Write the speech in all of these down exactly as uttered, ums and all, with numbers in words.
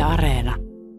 Areena.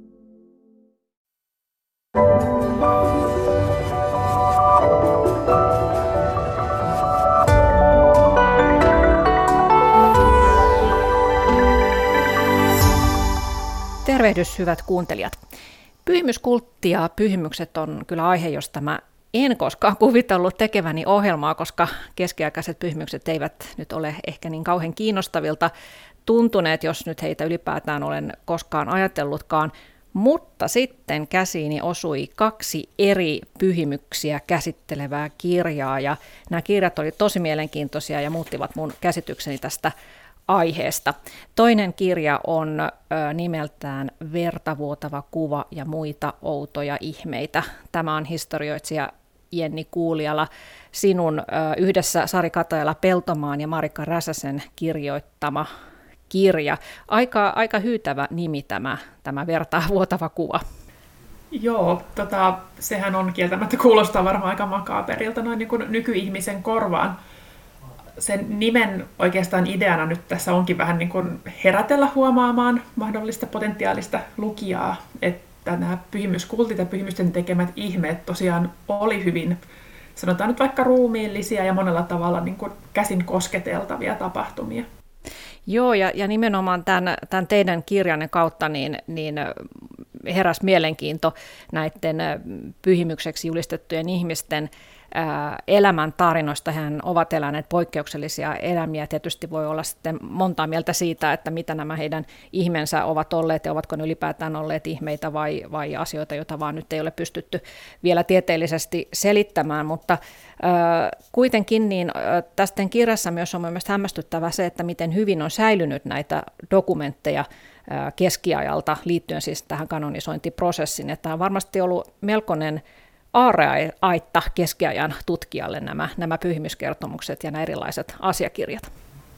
Tervehdys hyvät kuuntelijat. Pyhimyskultti ja pyhimykset on kyllä aihe, josta mä en koskaan kuvitellut tekeväni ohjelmaa, koska keskiaikaiset pyhimykset eivät nyt ole ehkä niin kauhean kiinnostavilta tuntuneet, jos nyt heitä ylipäätään olen koskaan ajatellutkaan. Mutta sitten käsiini osui kaksi eri pyhimyksiä käsittelevää kirjaa, ja nämä kirjat olivat tosi mielenkiintoisia ja muuttivat mun käsitykseni tästä aiheesta. Toinen kirja on ö, nimeltään Verta vuotava kuva ja muita outoja ihmeitä. Tämä on historioitsija Jenni Kuuliala sinun ö, yhdessä Sari Katajala-Peltomaan ja Marika Räsäsen kirjoittama kirja. Aika, aika hyytävä nimi tämä, tämä Verta vuotava kuva. Joo, tota, sehän on kieltämättä kuulostaa varmaan aika makaaberilta noin niin kuin nykyihmisen korvaan. Sen nimen oikeastaan ideana nyt tässä onkin vähän niin kuin herätellä huomaamaan mahdollista potentiaalista lukijaa, että nämä pyhimyskultit ja pyhimysten tekemät ihmeet tosiaan oli hyvin, sanotaan nyt vaikka ruumiillisia ja monella tavalla niin kuin käsin kosketeltavia tapahtumia. Joo, ja, ja nimenomaan tämän, tämän teidän kirjanne kautta niin, niin heräsi mielenkiinto näiden pyhimykseksi julistettujen ihmisten elämän tarinoista. Hän ovat eläneet poikkeuksellisia elämiä. Tietysti voi olla sitten montaa mieltä siitä, että mitä nämä heidän ihmeensä ovat olleet ja ovatko ne ylipäätään olleet ihmeitä vai, vai asioita, joita vaan nyt ei ole pystytty vielä tieteellisesti selittämään, mutta äh, kuitenkin niin, äh, tästä kirjassa myös on mielestäni hämmästyttävä se, että miten hyvin on säilynyt näitä dokumentteja äh, keskiajalta liittyen siis tähän kanonisointiprosessiin. Että tämä on varmasti ollut melkoinen aarreaitta keskiajan tutkijalle nämä, nämä pyhimyskertomukset ja nämä erilaiset asiakirjat.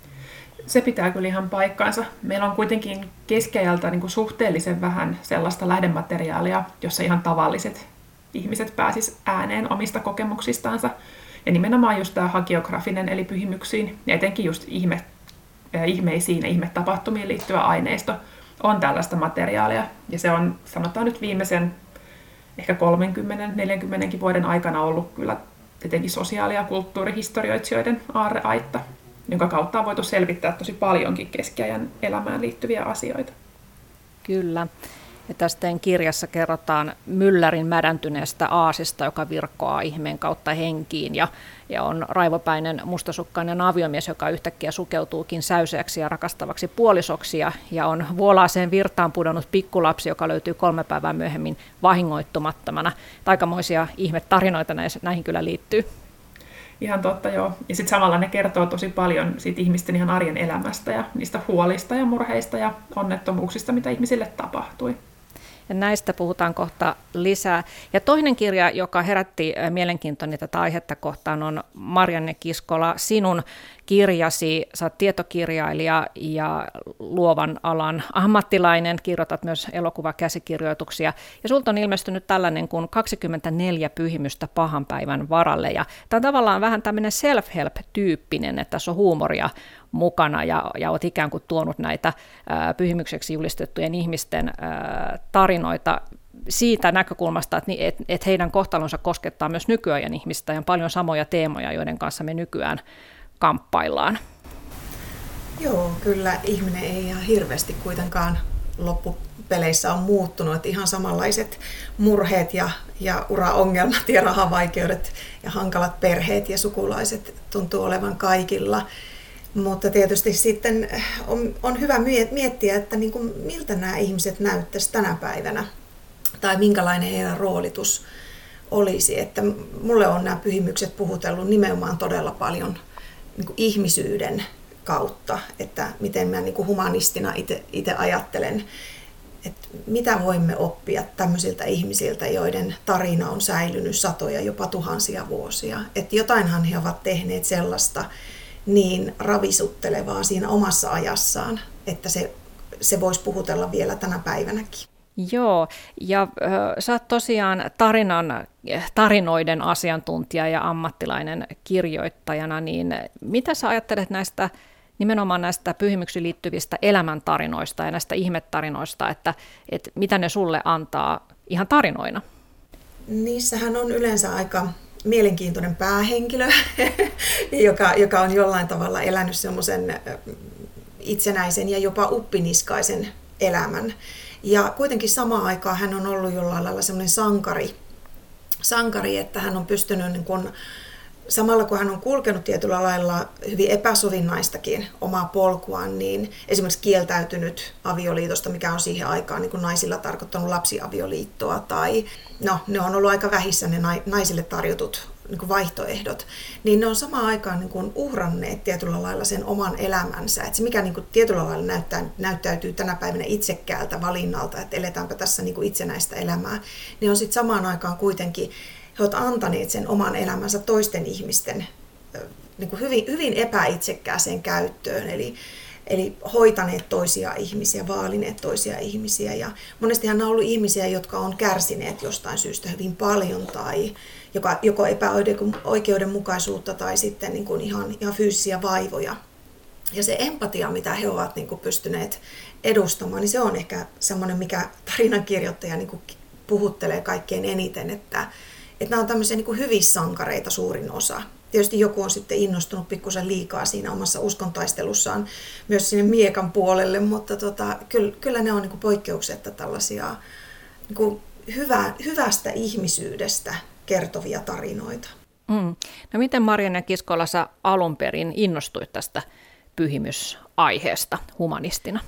Se pitää kyllä ihan paikkaansa. Meillä on kuitenkin keskiajalta niin kuin suhteellisen vähän sellaista lähdemateriaalia, jossa ihan tavalliset ihmiset pääsis ääneen omista kokemuksistansa. Ja nimenomaan just tämä hagiografinen eli pyhimyksiin ja etenkin just ihme, ihmeisiin ja ihmetapahtumiin liittyvä aineisto on tällaista materiaalia. Ja se on, sanotaan nyt viimeisen ehkä kolmekymmentä neljäkymmentä vuoden aikana ollut kyllä etenkin sosiaali- ja kulttuurihistorioitsijoiden aarreaitta, jonka kautta on voitu selvittää tosi paljonkin keskiajan elämään liittyviä asioita. Kyllä. Ja tästä kirjassa kerrotaan myllärin mädäntyneestä aasista, joka virkkoaa ihmeen kautta henkiin, ja, ja on raivopäinen mustasukkainen aviomies, joka yhtäkkiä sukeutuukin säyseäksi ja rakastavaksi puolisoksi, ja, ja on vuolaaseen virtaan pudonnut pikkulapsi, joka löytyy kolme päivää myöhemmin vahingoittumattomana. Aikamoisia ihmetarinoita näihin kyllä liittyy. Ihan totta, joo. Ja sitten samalla ne kertoo tosi paljon siitä ihmisten ihan arjen elämästä ja niistä huolista ja murheista ja onnettomuuksista, mitä ihmisille tapahtui. Ja näistä puhutaan kohta lisää. Ja toinen kirja, joka herätti mielenkiintoni tätä aihetta kohtaan, on Marianne Kiskola, sinun kirjasi. Sä oot tietokirjailija ja luovan alan ammattilainen, kirjoitat myös elokuvakäsikirjoituksia. Ja sulta on ilmestynyt tällainen kuin kaksikymmentäneljä pyhimystä pahan päivän varalle. Ja tämä on tavallaan vähän tämmöinen self-help-tyyppinen, että tässä on huumoria mukana ja, ja olet ikään kuin tuonut näitä ää, pyhimykseksi julistettujen ihmisten ää, tarinoita siitä näkökulmasta, että et, et heidän kohtalonsa koskettaa myös nykyajan ihmistä ja on paljon samoja teemoja, joiden kanssa me nykyään kamppaillaan. Joo, kyllä ihminen ei ihan hirveästi kuitenkaan loppupeleissä on muuttunut, että ihan samanlaiset murheet ja, ja uraongelmat ja rahavaikeudet ja hankalat perheet ja sukulaiset tuntuu olevan kaikilla. Mutta tietysti sitten on, on hyvä miettiä, että niin kuin miltä nämä ihmiset näyttäisi tänä päivänä tai minkälainen heidän roolitus olisi. Että mulle on nämä pyhimykset puhutellut nimenomaan todella paljon niin kuin ihmisyyden kautta, että miten mä niin kuin humanistina itse ajattelen, että mitä voimme oppia tämmöisiltä ihmisiltä, joiden tarina on säilynyt satoja, jopa tuhansia vuosia. Että jotainhan he ovat tehneet sellaista niin ravisuttelevaa siinä omassa ajassaan, että se, se voisi puhutella vielä tänä päivänäkin. Joo, ja äh, sä oot tosiaan tarinan, tarinoiden asiantuntija ja ammattilainen kirjoittajana, niin mitä sä ajattelet näistä nimenomaan näistä pyhimyksiin liittyvistä elämäntarinoista ja näistä ihmetarinoista, että, että mitä ne sulle antaa ihan tarinoina? Niissähän on yleensä aika mielenkiintoinen päähenkilö, joka, joka on jollain tavalla elänyt semmoisen itsenäisen ja jopa uppiniskaisen elämän. Ja kuitenkin samaan aikaan hän on ollut jollain lailla semmoinen sankari, sankari että hän on pystynyt, niin kun, samalla kun hän on kulkenut tietyllä lailla hyvin epäsovinnaistakin omaa polkuaan, niin esimerkiksi kieltäytynyt avioliitosta, mikä on siihen aikaan niin kun naisilla tarkoittanut lapsiavioliittoa, tai no, ne on ollut aika vähissä ne naisille tarjotut niin kuin vaihtoehdot, niin ne on samaan aikaan niin kuin uhranneet tietyllä lailla sen oman elämänsä. Että se, mikä niin kuin tietyllä lailla näyttää, näyttäytyy tänä päivänä itsekkäältä valinnalta, että eletäänpä tässä niin kuin itsenäistä elämää, niin on sitten samaan aikaan kuitenkin, he ovat antaneet sen oman elämänsä toisten ihmisten niin kuin hyvin, hyvin epäitsekkääseen käyttöön. Eli Eli hoitaneet toisia ihmisiä, vaalineet toisia ihmisiä. Ja monestihan on ollut ihmisiä, jotka on kärsineet jostain syystä hyvin paljon tai joka, joko epäoikeudenmukaisuutta tai sitten niin kuin ihan, ihan fyysisiä vaivoja. Ja se empatia, mitä he ovat niin kuin pystyneet edustamaan, niin se on ehkä semmoinen, mikä tarinan-kirjoittaja niin kuin puhuttelee kaikkein eniten, että, että nämä on tämmöisiä niin kuin hyvissankareita suurin osa. Tietysti joku on sitten innostunut pikkusen liikaa siinä omassa uskontaistelussaan myös sinne miekan puolelle, mutta tota, kyllä, kyllä ne on niin kuin poikkeuksetta tällaisia niin kuin hyvä, hyvästä ihmisyydestä kertovia tarinoita. Mm. No miten Marianne Kiskola sä alun perin innostuit tästä pyhimysaiheesta humanistina?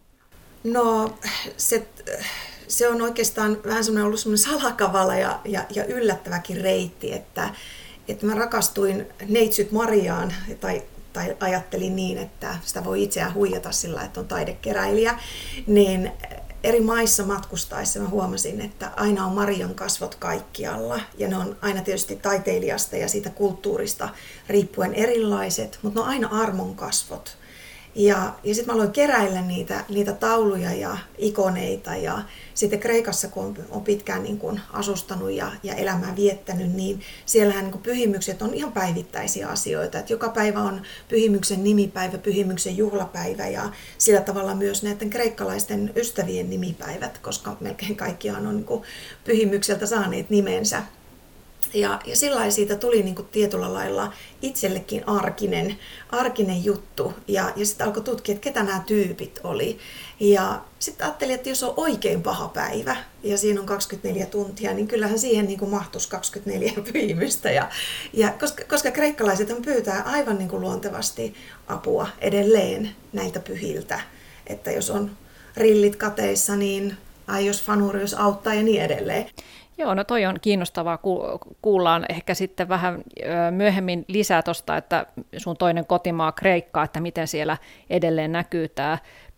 No se, se on oikeastaan vähän semmoinen ollut semmoinen salakavala ja, ja, ja yllättäväkin reitti, että että mä rakastuin neitsyt Mariaan, tai, tai ajattelin niin, että sitä voi itseään huijata sillä, että on taidekeräilijä, niin eri maissa matkustaessa mä huomasin, että aina on Marian kasvot kaikkialla, ja ne on aina tietysti taiteilijasta ja siitä kulttuurista riippuen erilaiset, mutta ne on aina armon kasvot. Ja, ja sitten mä aloin keräillä niitä, niitä tauluja ja ikoneita ja sitten Kreikassa, kun on, on pitkään niin kun asustanut ja, ja elämää viettänyt, niin siellähän niin kun pyhimykset on ihan päivittäisiä asioita. Et joka päivä on pyhimyksen nimipäivä, pyhimyksen juhlapäivä ja sillä tavalla myös näiden kreikkalaisten ystävien nimipäivät, koska melkein kaikkiaan on niin kun pyhimykseltä saaneet nimensä. Ja, ja sillä lailla siitä tuli niin kuin tietyllä lailla itsellekin arkinen, arkinen juttu. Ja, ja sitten alkoi tutkia, että ketä nämä tyypit oli. Ja sitten ajattelin, että jos on oikein paha päivä ja siinä on kaksikymmentäneljä tuntia, niin kyllähän siihen niin kuin mahtuisi kaksikymmentäneljä pyhimystä. Ja, ja koska, koska kreikkalaiset pyytää aivan niin kuin luontevasti apua edelleen näitä pyhiltä. Että jos on rillit kateissa, niin ai jos Fanurius auttaa ja niin edelleen. Joo, no toi on kiinnostavaa. Kuullaan ehkä sitten vähän myöhemmin lisää tuosta, että sun toinen kotimaa Kreikka, että miten siellä edelleen näkyy tämä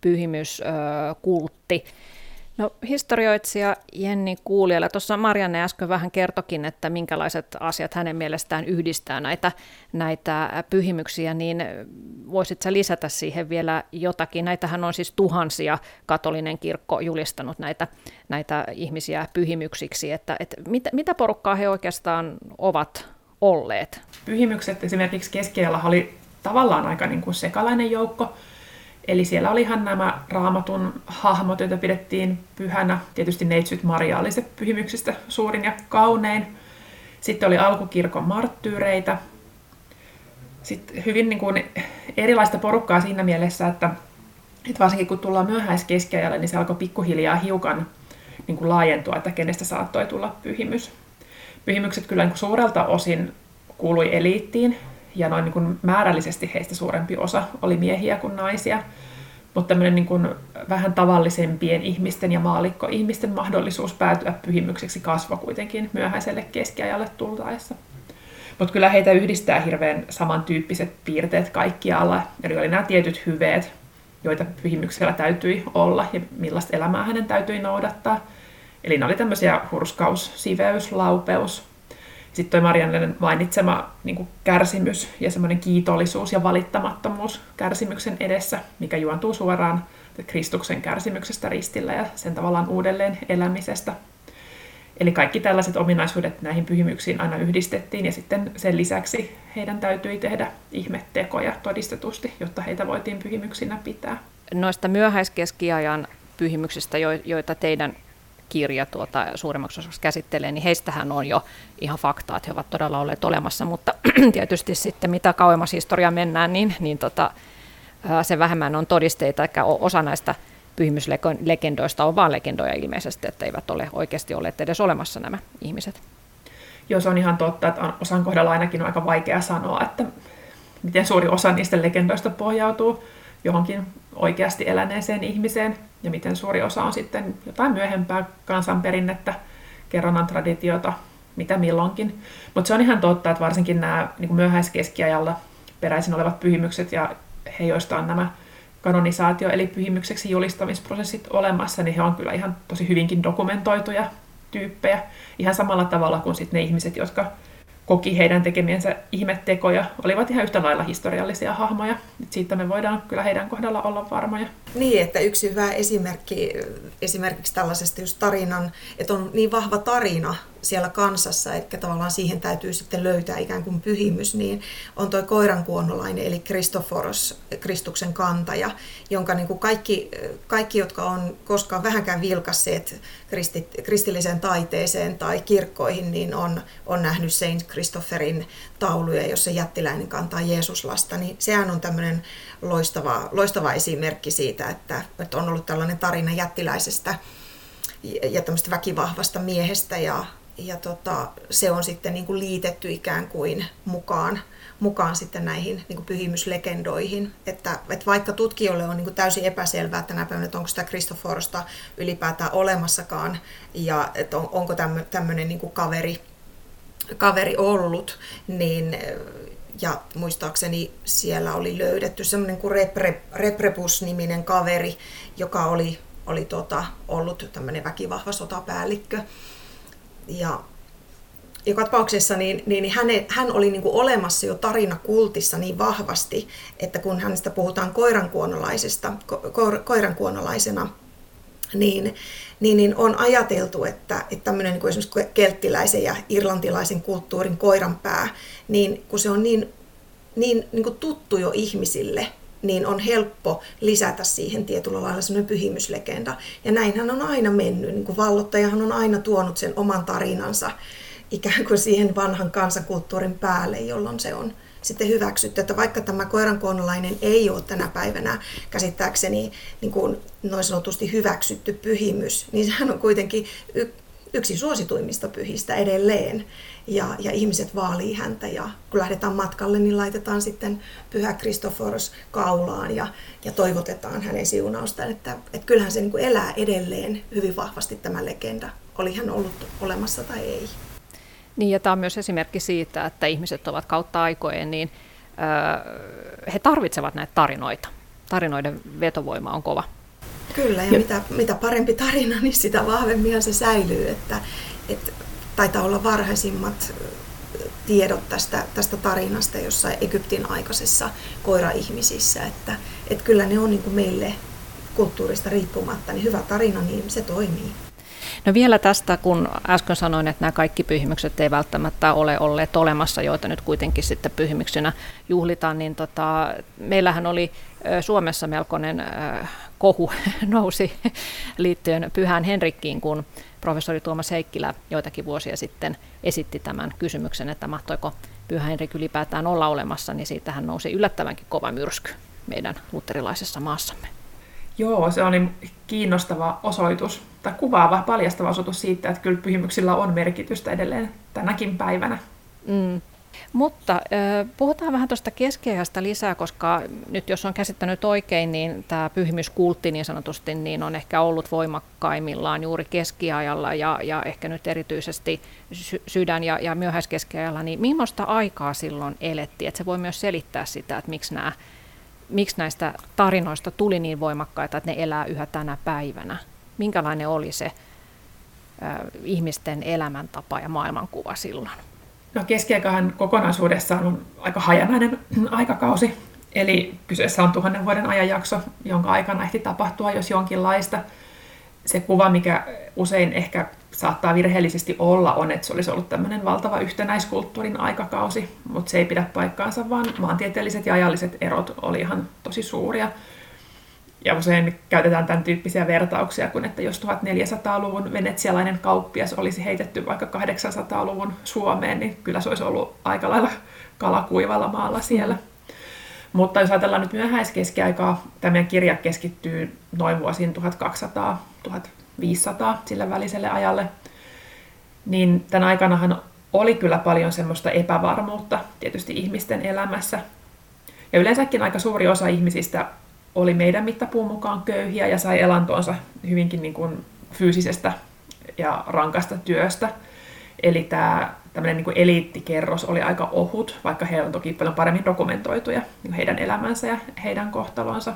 pyhimyskultti. No historioitsija Jenni Kuuliainen, tuossa Marianne äsken vähän kertokin, että minkälaiset asiat hänen mielestään yhdistää näitä, näitä pyhimyksiä, niin voisit sä lisätä siihen vielä jotakin? Näitähän on siis tuhansia katolinen kirkko julistanut näitä, näitä ihmisiä pyhimyksiksi, että, että mitä, mitä porukkaa he oikeastaan ovat olleet? Pyhimykset esimerkiksi keskiajalla oli tavallaan aika niin kuin sekalainen joukko. Eli siellä oli ihan nämä Raamatun hahmot, joita pidettiin pyhänä. Tietysti neitsyt Maria oli se pyhimyksistä suurin ja kaunein. Sitten oli alkukirkon marttyyreitä. Sitten hyvin niin kuin erilaista porukkaa siinä mielessä, että, että varsinkin kun tullaan myöhäiskeskiajalle, niin se alkoi pikkuhiljaa hiukan niin kuin laajentua, että kenestä saattoi tulla pyhimys. Pyhimykset kyllä niin kuin suurelta osin kuului eliittiin. Ja noin niin kuin määrällisesti heistä suurempi osa oli miehiä kuin naisia. Mutta tämmöinen niin kuin vähän tavallisempien ihmisten ja maallikkoihmisten mahdollisuus päätyä pyhimykseksi kasvoi kuitenkin myöhäiselle keskiajalle tultaessa. Mutta kyllä heitä yhdistää hirveän samantyyppiset piirteet kaikkialla. Eli oli nämä tietyt hyveet, joita pyhimyksellä täytyi olla ja millaista elämää hänen täytyi noudattaa. Eli ne oli tämmöisiä hurskaus, siveys, laupeus. Sitten toi Mariannen mainitsema niin kuin kärsimys ja semmoinen kiitollisuus ja valittamattomuus kärsimyksen edessä, mikä juontuu suoraan Kristuksen kärsimyksestä ristillä ja sen tavallaan uudelleen elämisestä. Eli kaikki tällaiset ominaisuudet näihin pyhimyksiin aina yhdistettiin ja sitten sen lisäksi heidän täytyi tehdä ihmettekoja todistetusti, jotta heitä voitiin pyhimyksinä pitää. Noista myöhäiskeskiajan pyhimyksistä, joita teidän kirja tuota, suurimmaksi osaksi käsittelee, niin heistähän on jo ihan faktaa, että he ovat todella olleet olemassa, mutta tietysti sitten mitä kauemmas historiaa mennään, niin, niin tota, se vähemmän on todisteita, eikä osa näistä pyhimyslegendoista on vain legendoja ilmeisesti, että eivät ole oikeasti olleet edes olemassa nämä ihmiset. Joo, se on ihan totta, että osan kohdalla ainakin on aika vaikea sanoa, että miten suuri osa niistä legendoista pohjautuu johonkin oikeasti eläneeseen ihmiseen, ja miten suuri osa on sitten jotain myöhempää kansanperinnettä, kerronnan traditiota, mitä milloinkin. Mutta se on ihan totta, että varsinkin nämä niin kuin myöhäiskeskiajalla peräisin olevat pyhimykset ja he, joista on nämä kanonisaatio- eli pyhimykseksi julistamisprosessit olemassa, niin he on kyllä ihan tosi hyvinkin dokumentoituja tyyppejä. Ihan samalla tavalla kuin sitten ne ihmiset, jotka koki heidän tekemiensä ihmettekoja, olivat ihan yhtä lailla historiallisia hahmoja. Et siitä me voidaan kyllä heidän kohdalla olla varmoja. Niin, että yksi hyvä esimerkki esimerkiksi tällaisesta just tarinan, että on niin vahva tarina siellä kansassa, että tavallaan siihen täytyy sitten löytää ikään kuin pyhimys, niin on toi koirankuonolainen, eli Kristoforos, Kristuksen kantaja, jonka niin kuin kaikki, kaikki, jotka on koskaan vähänkään vilkasseet kristit, kristilliseen taiteeseen tai kirkkoihin, niin on, on nähnyt Saint Christopherin tauluja, jossa jättiläinen kantaa Jeesuslasta, niin sehän on tämmöinen loistava, loistava esimerkki siitä, että, että on ollut tällainen tarina jättiläisestä ja tämmöistä väkivahvasta miehestä, ja, ja tota, se on sitten niin kuin liitetty ikään kuin mukaan, mukaan sitten näihin niin kuin pyhimyslegendoihin. Että, että vaikka tutkijoille on niin kuin täysin epäselvää tänä päivänä, että onko sitä Kristoforosta ylipäätään olemassakaan, ja että on, onko tämmöinen niin kuin kaveri, kaveri ollut, niin ja muistaakseni siellä oli löydetty semmoinen kuin Repre, Reprebus-niminen kaveri, joka oli, oli tota, ollut tämmöinen väkivahva sotapäällikkö. Ja joka tapauksessa niin, niin häne, hän oli niin kuin olemassa jo tarinakultissa niin vahvasti, että kun hänestä puhutaan koirankuonolaisesta, ko, koirankuonolaisena, niin, niin, niin on ajateltu, että, että tämmöinen niin kuin esimerkiksi kelttiläisen ja irlantilaisen kulttuurin koiranpää, niin kun se on niin, niin, niin kuin tuttu jo ihmisille, niin on helppo lisätä siihen tietyllä lailla semmoinen pyhimyslegenda. Ja näinhän on aina mennyt, niin kuin vallottajahan on aina tuonut sen oman tarinansa ikään kuin siihen vanhan kansakulttuurin päälle, jolloin se on sitten hyväksytty, että vaikka tämä koirankuonolainen ei ole tänä päivänä käsittääkseni niin kuin noin sanotusti hyväksytty pyhimys, niin sehän on kuitenkin y- yksi suosituimmista pyhistä edelleen. Ja, ja ihmiset vaalii häntä, ja kun lähdetään matkalle, niin laitetaan sitten Pyhä Kristoforos kaulaan ja, ja toivotetaan hänen siunaustaan. Että, että kyllähän se niin kuin elää edelleen hyvin vahvasti tämä legenda, oli hän ollut olemassa tai ei. Niin, ja tämä on myös esimerkki siitä, että ihmiset ovat kautta aikojen, niin äh, he tarvitsevat näitä tarinoita. Tarinoiden vetovoima on kova. Kyllä, ja mitä, mitä parempi tarina, niin sitä vahvemmin se säilyy. Että, että taitaa olla varhaisimmat tiedot tästä, tästä tarinasta jossain Egyptin aikaisessa koira-ihmisissä. Että, että kyllä ne on niin kuin meille kulttuurista riippumatta, niin hyvä tarina, niin se toimii. No vielä tästä, kun äsken sanoin, että nämä kaikki pyhimykset ei välttämättä ole olleet olemassa, joita nyt kuitenkin sitten pyhimyksinä juhlitaan, niin tota, meillähän oli Suomessa melkoinen äh, kohu nousi liittyen Pyhään Henrikkiin, kun professori Tuomas Heikkilä joitakin vuosia sitten esitti tämän kysymyksen, että mahtoiko Pyhä Henrik ylipäätään olla olemassa, niin siitähän nousi yllättävänkin kova myrsky meidän luterilaisessa maassamme. Joo, se oli kiinnostava osoitus, tai kuvaava, paljastava osoitus siitä, että kyllä pyhimyksillä on merkitystä edelleen tänäkin päivänä. Mm. Mutta äh, puhutaan vähän tuosta keskiajasta lisää, koska nyt jos on käsittänyt oikein, niin tämä pyhimyskultti niin sanotusti niin on ehkä ollut voimakkaimmillaan juuri keskiajalla ja, ja ehkä nyt erityisesti sy- sydän- ja, ja myöhäiskeskiajalla, niin millaista aikaa silloin elettiin? Että se voi myös selittää sitä, että miksi nämä Miksi näistä tarinoista tuli niin voimakkaita, että ne elää yhä tänä päivänä? Minkälainen oli se äh, ihmisten elämäntapa ja maailmankuva silloin? No keskiaikahan kokonaisuudessaan on aika hajanainen aikakausi. Eli kyseessä on tuhannen vuoden ajanjakso, jonka aikana ehti tapahtua jos jonkinlaista. se kuva, mikä usein ehkä saattaa virheellisesti olla, on, että se olisi ollut tämmöinen valtava yhtenäiskulttuurin aikakausi, mutta se ei pidä paikkaansa, vaan maantieteelliset ja ajalliset erot oli ihan tosi suuria. Ja usein käytetään tämän tyyppisiä vertauksia, kun että jos tuhatneljäsataaluvun venetsialainen kauppias olisi heitetty vaikka kahdeksansataaluvun Suomeen, niin kyllä se olisi ollut aika lailla kalakuivalla maalla siellä. Mm. Mutta jos ajatellaan nyt myöhäiskeskiaikaa, tämä meidän kirja keskittyy noin vuosiin tuhatkaksisataa tuhatviisisataa sille väliselle ajalle, niin tämän aikanahan oli kyllä paljon semmoista epävarmuutta tietysti ihmisten elämässä. Ja yleensäkin aika suuri osa ihmisistä oli meidän mittapuun mukaan köyhiä ja sai elantonsa hyvinkin niin kuin fyysisestä ja rankasta työstä. Eli tämä tämmöinen niin kuin eliittikerros oli aika ohut, vaikka he on toki paljon paremmin dokumentoituja niin heidän elämänsä ja heidän kohtalonsa.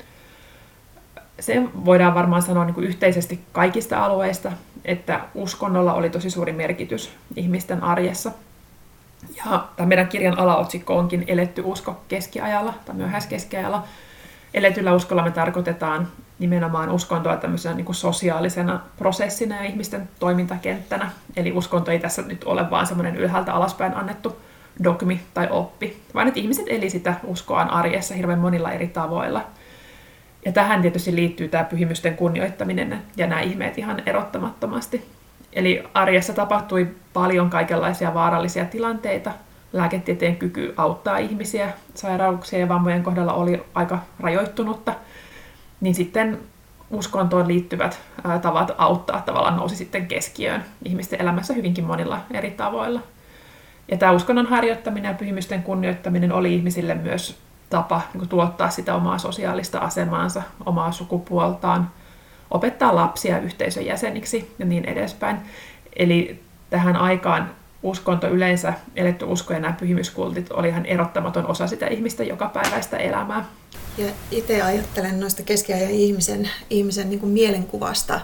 Se voidaan varmaan sanoa niin kuin yhteisesti kaikista alueista, että uskonnolla oli tosi suuri merkitys ihmisten arjessa. Ja tämä meidän kirjan alaotsikko onkin Eletty usko keskiajalla tai myöhäiskeskiajalla. Eletyllä uskolla me tarkoitetaan nimenomaan uskontoa tämmöisenä niin kuin sosiaalisena prosessina ja ihmisten toimintakenttänä. Eli uskonto ei tässä nyt ole vaan semmoinen ylhäältä alaspäin annettu dogmi tai oppi, vaan että ihmiset eli sitä uskoaan arjessa hirveän monilla eri tavoilla. Ja tähän tietysti liittyy tämä pyhimysten kunnioittaminen ja nämä ihmeet ihan erottamattomasti. Eli arjessa tapahtui paljon kaikenlaisia vaarallisia tilanteita. Lääketieteen kyky auttaa ihmisiä sairauksien ja vammojen kohdalla oli aika rajoittunutta, niin sitten uskontoon liittyvät ää, tavat auttaa tavallaan nousi sitten keskiöön ihmisten elämässä hyvinkin monilla eri tavoilla. Ja tämä uskonnon harjoittaminen ja pyhimysten kunnioittaminen oli ihmisille myös tapa niin kuin tuottaa sitä omaa sosiaalista asemaansa, omaa sukupuoltaan, opettaa lapsia yhteisön jäseniksi ja niin edespäin. Eli tähän aikaan uskonto yleensä, eletty usko ja nämä pyhimyskultit oli ihan erottamaton osa sitä ihmisten jokapäiväistä elämää. Ja itse ajattelen noista keskiajan ihmisen, ihmisen niin kuin mielenkuvasta.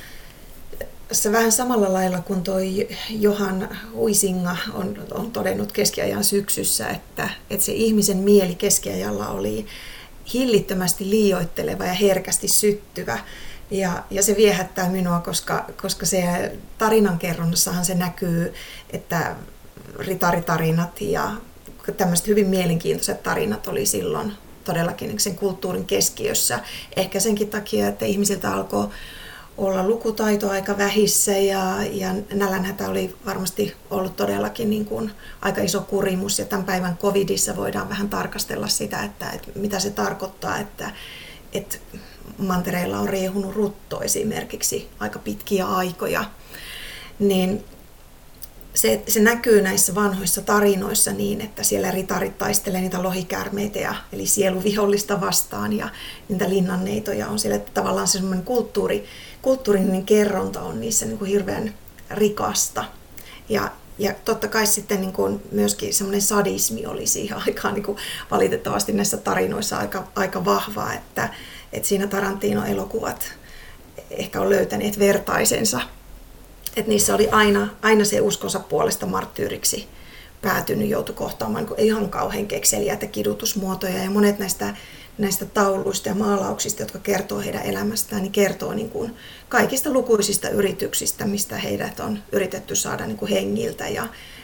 Se vähän samalla lailla kuin toi Johan Huizinga on, on todennut keskiajan syksyssä, että, että se ihmisen mieli keskiajalla oli hillittömästi liioitteleva ja herkästi syttyvä. Ja, ja se viehättää minua, koska, koska se tarinankerronnassahan se näkyy, että ritaritarinat ja tämmöiset hyvin mielenkiintoiset tarinat oli silloin todellakin sen kulttuurin keskiössä. Ehkä senkin takia, että ihmisiltä alkoi olla lukutaito aika vähissä ja, ja nälänhätä oli varmasti ollut todellakin niin kuin aika iso kurimus. Ja tämän päivän covidissa voidaan vähän tarkastella sitä, että, että mitä se tarkoittaa, että, että mantereilla on riehunut rutto esimerkiksi aika pitkiä aikoja, niin se, se näkyy näissä vanhoissa tarinoissa niin, että siellä ritarit taistelee niitä lohikäärmeitä, ja, eli sieluvihollista vastaan, ja niitä linnanneitoja on siellä, että tavallaan se semmoinen kulttuuri, kulttuurinen kerronta on niissä niin kuin hirveän rikasta. Ja, ja totta kai sitten niin kuin myöskin semmoinen sadismi oli siihen aikaan niin kuin valitettavasti näissä tarinoissa aika, aika vahvaa, että että siinä Tarantino-elokuvat ehkä on löytäneet vertaisensa. Että niissä oli aina, aina se uskonsa puolesta marttyyriksi päätynyt, joutui kohtaamaan niin ihan kauhean kekseliäitä kidutusmuotoja. Ja monet näistä, näistä tauluista ja maalauksista, jotka kertoo heidän elämästään, niin kertoo niin kuin kaikista lukuisista yrityksistä, mistä heidät on yritetty saada niin kuin hengiltä. Ja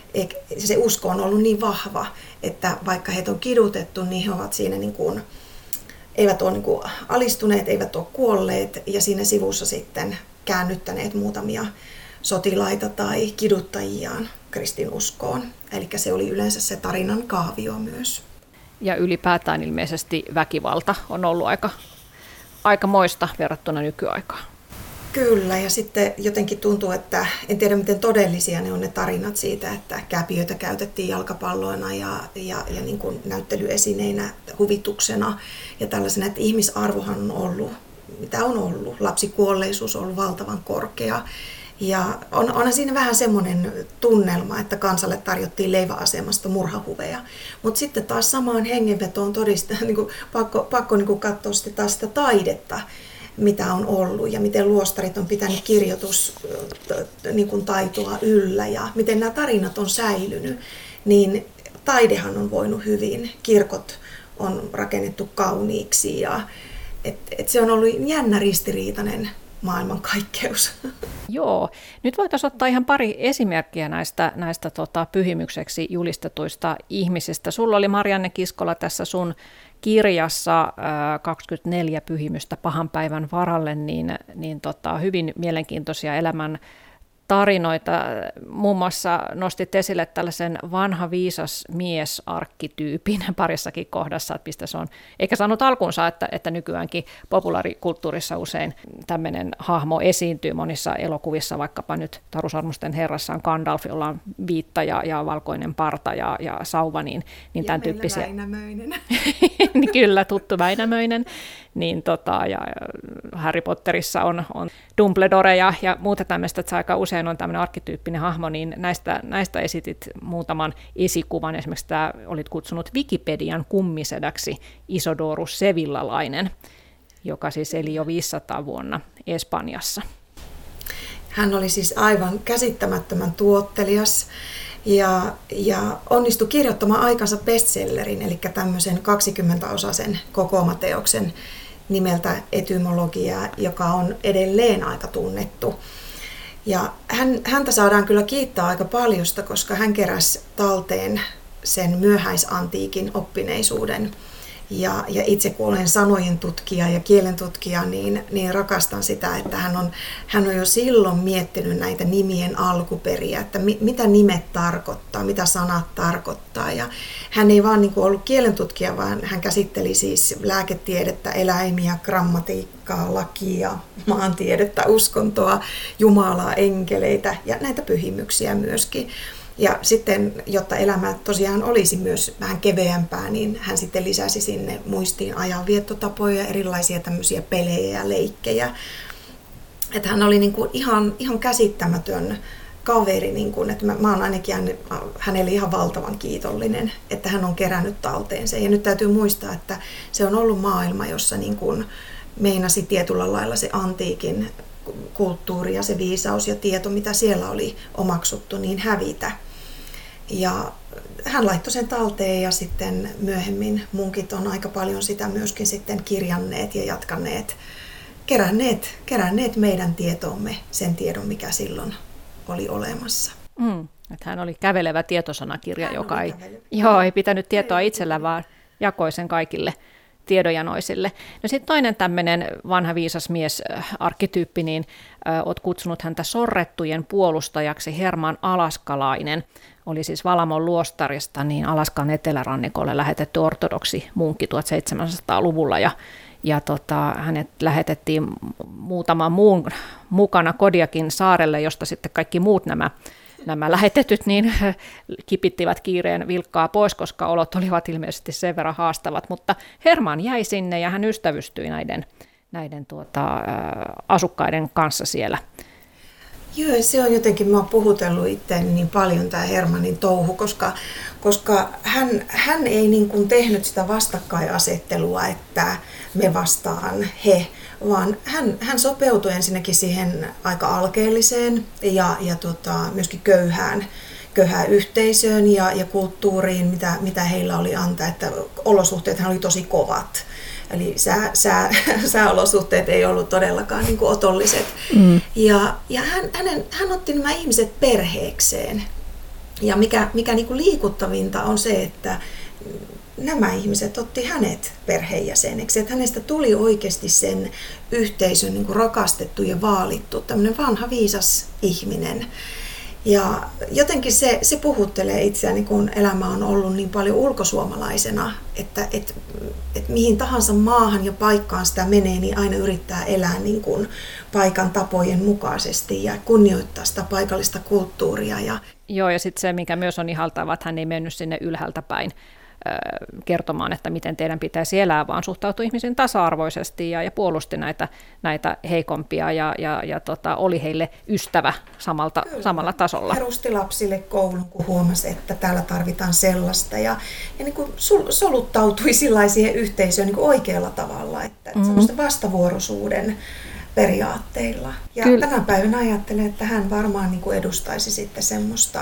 se usko on ollut niin vahva, että vaikka heitä on kidutettu, niin he ovat siinä niin kuin eivät ole niin kuin alistuneet, eivät ole kuolleet, ja siinä sivussa sitten käännyttäneet muutamia sotilaita tai kiduttajiaan kristinuskoon. Eli se oli yleensä se tarinan kaavio myös. Ja ylipäätään ilmeisesti väkivalta on ollut aika, aika moista verrattuna nykyaikaan. Kyllä, ja sitten jotenkin tuntuu, että en tiedä miten todellisia ne on ne tarinat siitä, että kääpiöitä käytettiin jalkapalloina ja, ja, ja niin kuin näyttelyesineinä, huvituksena ja tällaisena, että ihmisarvohan on ollut, mitä on ollut. Lapsikuolleisuus on ollut valtavan korkea. Ja on, on siinä vähän semmoinen tunnelma, että kansalle tarjottiin leiväasemasta murhahuveja. Mutta sitten taas samaan hengenvetoon todistaa, niin kuin pakko, pakko niin kuin katsoa sitten taas sitä taidetta, mitä on ollut ja miten luostarit on pitänyt kirjoitustaitoa yllä ja miten nämä tarinat on säilynyt, niin taidehan on voinut hyvin, kirkot on rakennettu kauniiksi ja et, et se on ollut jännä ristiriitainen maailmankaikkeus. Joo, nyt voitaisiin ottaa ihan pari esimerkkiä näistä, näistä tota, pyhimykseksi julistetuista ihmisistä. Sulla oli Marianne Kiskola tässä sun kirjassa ää, kaksikymmentäneljä pyhimystä pahan päivän varalle, niin, niin tota, hyvin mielenkiintoisia elämän tarinoita. Muun muassa nostit esille tällaisen vanha viisas mies-arkkityypin parissakin kohdassa, että mistä se on eikä saanut alkuunsa, että, että nykyäänkin populaarikulttuurissa usein tämmöinen hahmo esiintyy monissa elokuvissa, vaikkapa nyt Taru Sormusten herrassa on Gandalf, jolla on viitta ja, ja valkoinen parta ja, ja sauva, niin, niin ja tämän tyyppisiä. Väinämöinen. Niin kyllä, tuttu Väinämöinen. Niin tota, ja Harry Potterissa on, on Dumbledore ja, ja muuta tämmöistä, että se aika usein on tämmöinen arkkityyppinen hahmo, niin näistä, näistä esitit muutaman esikuvan. Esimerkiksi tämä olit kutsunut Wikipedian kummisedäksi Isodorus Sevillalainen, joka siis eli jo viisisataa vuonna Espanjassa. Hän oli siis aivan käsittämättömän tuottelias ja, ja onnistui kirjoittamaan aikansa bestsellerin, eli tämmöisen kaksikymmentäosaisen kokoomateoksen nimeltä Etymologia, joka on edelleen aika tunnettu. Ja hän, häntä saadaan kyllä kiittää aika paljosta, koska hän keräsi talteen sen myöhäisantiikin oppineisuuden. Ja, ja itse kun olen sanojen tutkija ja kielen tutkija, niin, niin rakastan sitä, että hän on, hän on jo silloin miettinyt näitä nimien alkuperiä, että mi, mitä nimet tarkoittaa, mitä sanat tarkoittaa. Ja hän ei vaan niin kuin ollut kielen tutkija, vaan hän käsitteli siis lääketiedettä, eläimiä, grammatiikkaa, lakia, maantiedettä, uskontoa, Jumalaa, enkeleitä ja näitä pyhimyksiä myöskin. Ja sitten, jotta elämä tosiaan olisi myös vähän keveämpää, niin hän sitten lisäsi sinne muistiin ajanviettotapoja, erilaisia tämmöisiä pelejä ja leikkejä. Että hän oli niin kuin ihan, ihan käsittämätön kaveri, niin kuin, että mä, mä oon ainakin hänelle ihan valtavan kiitollinen, että hän on kerännyt talteen sen. Ja nyt täytyy muistaa, että se on ollut maailma, jossa niin kuin meinasi tietyllä lailla se antiikin kulttuuri ja se viisaus ja tieto, mitä siellä oli omaksuttu, niin hävitä. Ja hän laittoi sen talteen ja sitten myöhemmin munkit on aika paljon sitä myöskin sitten kirjanneet ja jatkaneet, keränneet, keränneet meidän tietoomme sen tiedon, mikä silloin oli olemassa. Mm, että hän oli kävelevä tietosanakirja, hän joka ei, joo, ei pitänyt tietoa itsellä, vaan jakoi sen kaikille tiedojanoisille. No sitten toinen tämmöinen vanha viisas mies, äh, arkkityyppi, niin äh, olet kutsunut häntä sorrettujen puolustajaksi Herman Alaskalainen. Oli siis Valamon luostarista niin Alaskan etelärannikolle lähetetty ortodoksi munkki tuhatseitsemänsataaluvulla ja, ja tota, hänet lähetettiin muutaman muun mukana Kodiakin saarelle, josta sitten kaikki muut nämä Nämä lähetetyt niin kipittivät kiireen vilkkaa pois, koska olot olivat ilmeisesti sen verran haastavat, mutta Herman jäi sinne ja hän ystävystyi näiden, näiden tuota, asukkaiden kanssa siellä. Joo, se on jotenkin, mä oon puhutellut itseäni niin paljon tämä Hermanin touhu, koska, koska hän, hän ei niin kuin tehnyt sitä vastakkainasettelua, että me vastaan he, vaan hän, hän sopeutui ensinnäkin siihen aika alkeelliseen ja, ja tota, myöskin köyhään, köyhään yhteisöön ja, ja kulttuuriin, mitä, mitä heillä oli antaa, että olosuhteethan oli tosi kovat. Eli sää, sää, sääolosuhteet ei ollut todellakaan niin kuin otolliset. Mm. Ja, ja hän, hänen, hän otti nämä ihmiset perheekseen. Ja mikä, mikä niin kuin liikuttavinta on se, että nämä ihmiset otti hänet perheenjäseneksi. Että hänestä tuli oikeasti sen yhteisön niin kuin rakastettu ja vaalittu, tämmöinen vanha viisas ihminen. Ja jotenkin se, se puhuttelee itseäni, kun elämä on ollut niin paljon ulkosuomalaisena, että et, et mihin tahansa maahan ja paikkaan sitä menee, niin aina yrittää elää niin kuin paikan tapojen mukaisesti ja kunnioittaa sitä paikallista kulttuuria. Ja Joo, ja sitten se, mikä myös on ihaltavaa, että hän ei mennyt sinne ylhäältä päin kertomaan, että miten teidän pitäisi elää, vaan suhtautui ihmisiin tasa-arvoisesti ja, ja puolusti näitä, näitä heikompia ja, ja, ja tota, oli heille ystävä samalta, samalla tasolla. Perusti lapsille koulun, kun huomasi, että täällä tarvitaan sellaista ja, ja niin kuin sol, soluttautui siihen yhteisöön niin kuin oikealla tavalla, että mm-hmm. semmoista vastavuoroisuuden periaatteilla. Ja Kyllä. tänä päivänä ajattelen, että hän varmaan niin kuin edustaisi sitten semmoista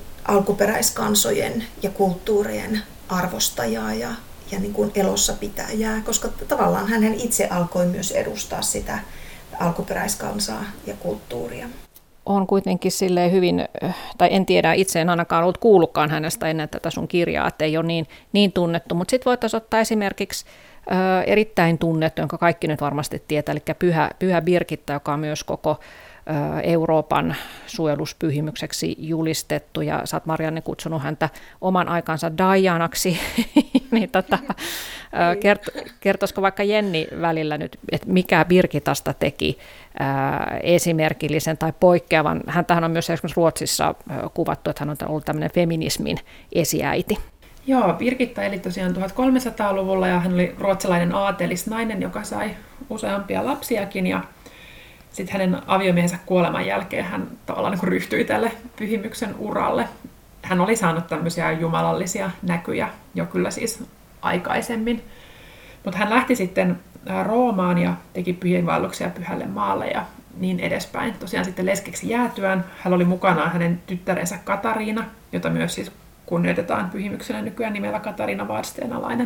alkuperäiskansojen ja kulttuurien arvostajaa ja, ja niin kuin elossa pitäjää, koska tavallaan hän itse alkoi myös edustaa sitä alkuperäiskansaa ja kulttuuria. On kuitenkin silleen hyvin, tai en tiedä, itse en ainakaan ollut kuullutkaan hänestä ennen tätä sun kirjaa, että ei ole niin, niin tunnettu, mutta sitten voitaisiin ottaa esimerkiksi ö, erittäin tunnettu, jonka kaikki nyt varmasti tietää, eli Pyhä, Pyhä Birgitta, joka on myös koko ö, Euroopan suojeluspyhimykseksi julistettu, ja sä oot, Marianne, kutsunut häntä oman aikansa Dianaksi, niin tota, kert- kertoisiko vaikka Jenni välillä nyt, että mikä Birgitasta teki ää, esimerkillisen tai poikkeavan. Häntähän on myös esimerkiksi Ruotsissa ää, kuvattu, että hän on ollut tämmöinen feminismin esiäiti. Joo, Birgitta eli tosiaan tuhatkolmesataaluvulla ja hän oli ruotsalainen aatelisnainen, joka sai useampia lapsiakin, ja sitten hänen aviomiehensä kuoleman jälkeen hän tavallaan niin ryhtyi tälle pyhimyksen uralle. Hän oli saanut tämmöisiä jumalallisia näkyjä jo kyllä siis aikaisemmin, mutta hän lähti sitten Roomaan ja teki pyhiinvaelluksia Pyhälle maalle ja niin edespäin. Tosiaan sitten leskeksi jäätyään hän oli mukanaan hänen tyttärensä Katariina, jota myös siis kunnioitetaan pyhimyksenä nykyään nimellä Katariina Vadsteenalainen.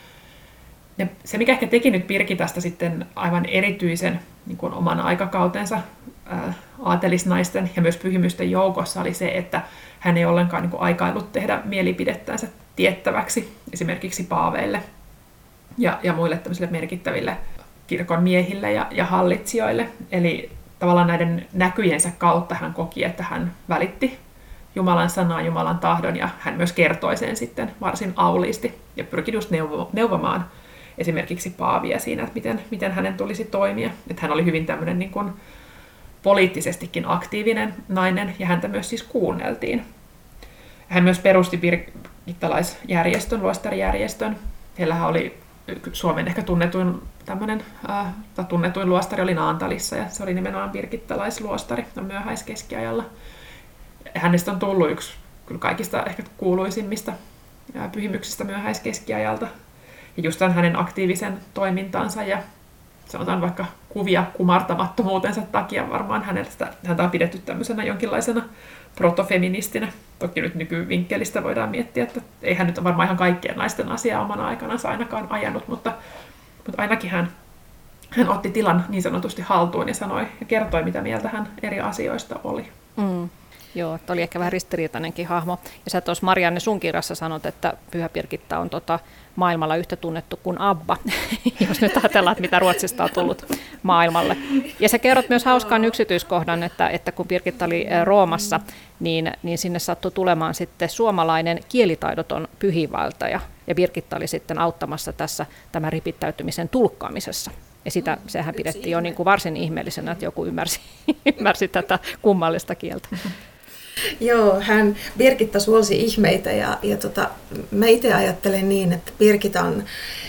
Ja se, mikä ehkä teki nyt Birgitasta sitten aivan erityisen niin kuin oman aikakautensa ää, aatelisnaisten ja myös pyhimysten joukossa, oli se, että hän ei ollenkaan niin kuin aikaillut tehdä mielipidettänsä tiettäväksi esimerkiksi paaveille ja, ja muille tämmöisille merkittäville kirkon miehille ja, ja hallitsijoille. Eli tavallaan näiden näkyjensä kautta hän koki, että hän välitti Jumalan sanaa, Jumalan tahdon, ja hän myös kertoi sen sitten varsin auliisti ja pyrki just neuvo, neuvomaan esimerkiksi paavia siinä, että miten, miten hänen tulisi toimia. Että hän oli hyvin tämmöinen niin kuin poliittisestikin aktiivinen nainen, ja häntä myös siis kuunneltiin. Hän myös perusti birgittalaisjärjestön, luostarijärjestön. Heillähän oli Suomen ehkä tunnetuin, tämmöinen, äh, tunnetuin luostari oli Naantalissa, ja se oli nimenomaan birgittalaisluostari myöhäiskeskiajalla. Hänestä on tullut yksi kyllä kaikista ehkä kuuluisimmista pyhimyksistä myöhäiskeskiajalta. Ja just hänen aktiivisen toimintansa ja sanotaan vaikka kuvia kumartamattomuutensa takia varmaan häneltä, häntä on pidetty tämmöisenä jonkinlaisena protofeministinä. Toki nyt nykyvinkkelistä voidaan miettiä, että ei hän nyt varmaan ihan kaikkien naisten asiaa omana aikanaan ainakaan ajanut, mutta, mutta ainakin hän, hän otti tilan niin sanotusti haltuun ja sanoi ja kertoi, mitä mieltä hän eri asioista oli. Mm. Joo, että oli ehkä vähän ristiriitainenkin hahmo. Ja sä tuossa, Marianne, sun kirjassa sanot, että Pyhä Birgitta on tota maailmalla yhtä tunnettu kuin Abba, jos nyt ajatellaan, että mitä Ruotsista on tullut maailmalle. Ja sä kerrot myös hauskan yksityiskohdan, että, että kun Birgitta oli Roomassa, niin, niin sinne sattui tulemaan sitten suomalainen kielitaidoton pyhiinvaeltaja. Ja Birgitta oli sitten auttamassa tässä tämän ripittäytymisen tulkkaamisessa. Ja sitä, sehän pidettiin jo niin kuin varsin ihmeellisenä, että joku ymmärsi, ymmärsi tätä kummallista kieltä. Joo, hän, Birgitta suosi ihmeitä ja, ja tota, mä itse ajattelen niin, että Birgitan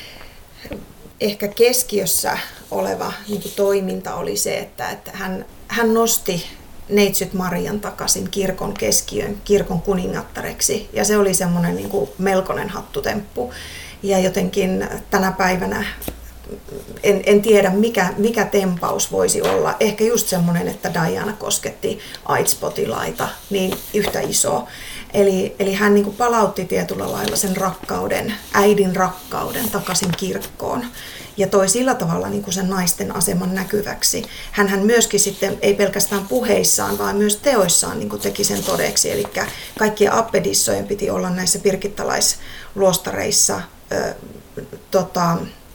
ehkä keskiössä oleva niin kuin toiminta oli se, että, että hän, hän nosti neitsyt Marian takaisin kirkon keskiöön, kirkon kuningattareksi, ja se oli semmoinen niin kuin melkoinen hattutemppu. Ja jotenkin tänä päivänä En, en tiedä, mikä, mikä tempaus voisi olla. Ehkä just semmoinen, että Diana kosketti AIDS-potilaita niin yhtä iso. Eli, eli hän niin kuin palautti tietyllä lailla sen rakkauden, äidin rakkauden takaisin kirkkoon. Ja toi sillä tavalla niin kuin sen naisten aseman näkyväksi. Hänhän myöskin sitten, ei pelkästään puheissaan, vaan myös teoissaan niin kuin teki sen todeksi. Eli kaikkien appedissojen piti olla näissä birgittalaisluostareissa äh, tota,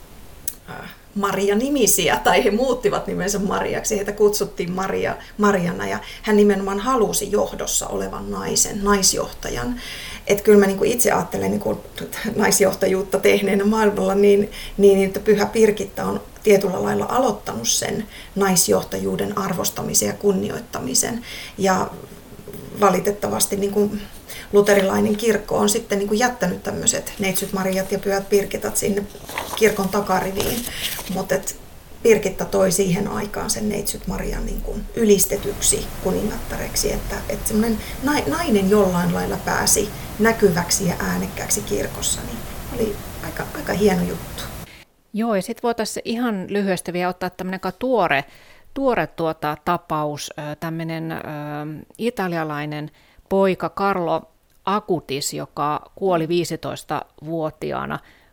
Maria-nimisiä, tai he muuttivat nimensä Mariaksi, heitä kutsuttiin Maria, Mariana, ja hän nimenomaan halusi johdossa olevan naisen, naisjohtajan. Että kyllä mä niin kuin itse ajattelen niin kuin naisjohtajuutta tehneenä maailmalla, niin, niin että Pyhä Birgitta on tietyllä lailla aloittanut sen naisjohtajuuden arvostamisen ja kunnioittamisen, ja valitettavasti niin kuin luterilainen kirkko on sitten niin kuin jättänyt tämmöiset neitsyt Mariat ja Pyhät Birgitat sinne kirkon takariviin, mutta Birgitta toi siihen aikaan sen neitsyt Marian niin kuin ylistetyksi kuningattareksi, että, että semmoinen nainen jollain lailla pääsi näkyväksi ja äänekkääksi kirkossa, niin oli aika, aika hieno juttu. Joo, ja sitten voitaisiin ihan lyhyesti vielä ottaa tämmöinen tuore, tuore tuota, tapaus, tämmöinen äh, italialainen poika Carlo Acutis, joka kuoli viisitoistavuotiaana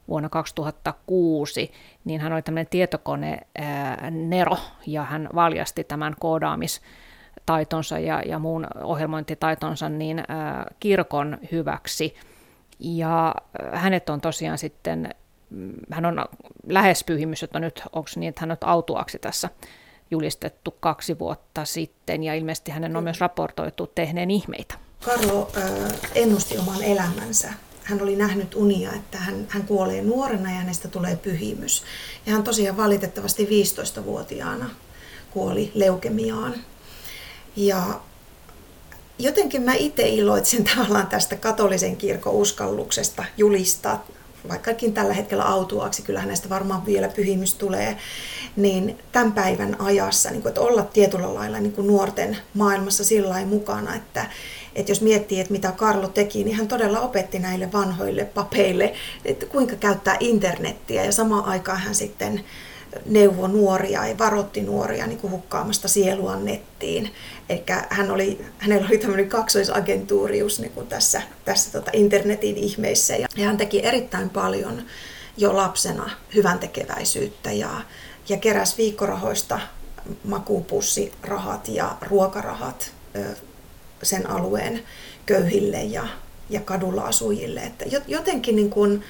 vuonna kaksituhattakuusi, niin hän oli tämmöinen tietokone ää, Nero, ja hän valjasti tämän koodaamistaitonsa ja, ja muun ohjelmointitaitonsa niin ää, kirkon hyväksi. Ja hänet on tosiaan sitten, hän on lähes pyhimys, että nyt onko niin, että hän on autuaksi tässä julistettu kaksi vuotta sitten, ja ilmeisesti hänen on myös raportoitu tehneen ihmeitä. Carlo äh, ennusti oman elämänsä. Hän oli nähnyt unia, että hän, hän kuolee nuorena ja hänestä tulee pyhimys. Ja hän tosiaan valitettavasti viisitoistavuotiaana kuoli leukemiaan. Ja jotenkin mä itse iloitsen tavallaan tästä katolisen kirkon uskalluksesta julistaa, vaikkakin tällä hetkellä autuaaksi, kyllä hänestä varmaan vielä pyhimys tulee, niin tämän päivän ajassa, niin kuin, että olla tietyllä lailla niin kuin nuorten maailmassa sillä lailla mukana, että, että jos miettii, että mitä Carlo teki, niin hän todella opetti näille vanhoille papeille, että kuinka käyttää internettiä, ja samaan aikaan hän sitten neuvoi nuoria ja varoitti nuoria niin kuin hukkaamasta sieluaan nettiin. Eli hän oli, hänellä oli tämmöinen kaksoisagentuurius niin kuin tässä, tässä tota internetin ihmeissä. Ja hän teki erittäin paljon jo lapsena hyväntekeväisyyttä ja, ja keräsi viikkorahoista makuupussirahat ja ruokarahat sen alueen köyhille ja, ja kadulla asujille. Että jotenkin niin kuin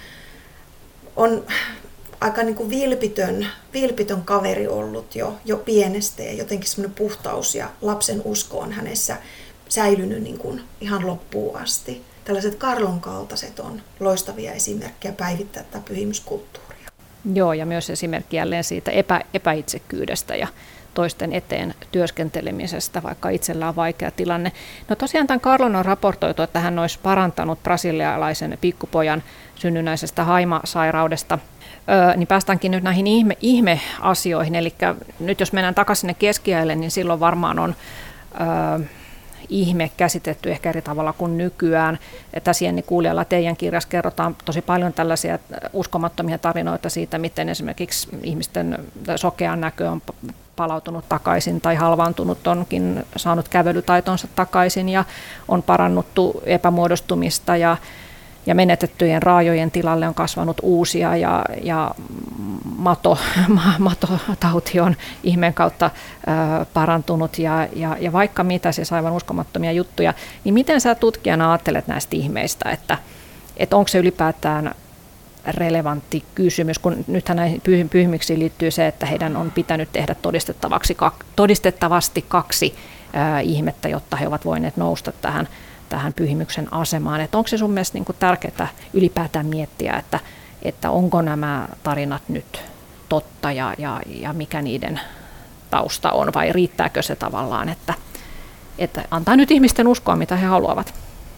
on aika niin kuin vilpitön, vilpitön kaveri ollut jo, jo pienestä, ja jotenkin semmoinen puhtaus ja lapsen usko on hänessä säilynyt niin kuin ihan loppuun asti. Tällaiset Carlon kaltaiset on loistavia esimerkkejä päivittää tätä pyhimyskulttuuria. Joo, ja myös esimerkki jälleen siitä epä, epäitsekkyydestä ja toisten eteen työskentelemisestä, vaikka itsellä on vaikea tilanne. No tosiaan tämän Carlon on raportoitu, että hän olisi parantanut brasilialaisen pikkupojan synnynnäisestä haimasairaudesta. Öö, niin päästäänkin nyt näihin ihme, ihmeasioihin. Eli nyt jos mennään takaisin sinne keskiajalle, niin silloin varmaan on öö, ihme käsitetty ehkä eri tavalla kuin nykyään. Tässä Jenni Kuulijalla teidän kirjassa kerrotaan tosi paljon tällaisia uskomattomia tarinoita siitä, miten esimerkiksi ihmisten sokea näkö on palautunut takaisin tai halvaantunut, onkin saanut kävelytaitonsa takaisin ja on parannuttu epämuodostumista ja Ja menetettyjen raajojen tilalle on kasvanut uusia, ja, ja mato, matotauti on ihmeen kautta ö, parantunut, ja, ja, ja vaikka mitä, siis aivan uskomattomia juttuja. Niin miten sä tutkijana ajattelet näistä ihmeistä, että, että onko se ylipäätään relevantti kysymys, kun nythän näihin pyhimyksiin liittyy se, että heidän on pitänyt tehdä todistettavaksi, todistettavasti kaksi ö, ihmettä, jotta he ovat voineet nousta tähän tähän pyhimyksen asemaan. Että onko se sun mielestä niin kuin tärkeää ylipäätään miettiä, että, että onko nämä tarinat nyt totta ja, ja, ja mikä niiden tausta on, vai riittääkö se tavallaan, että, että antaa nyt ihmisten uskoa, mitä he haluavat?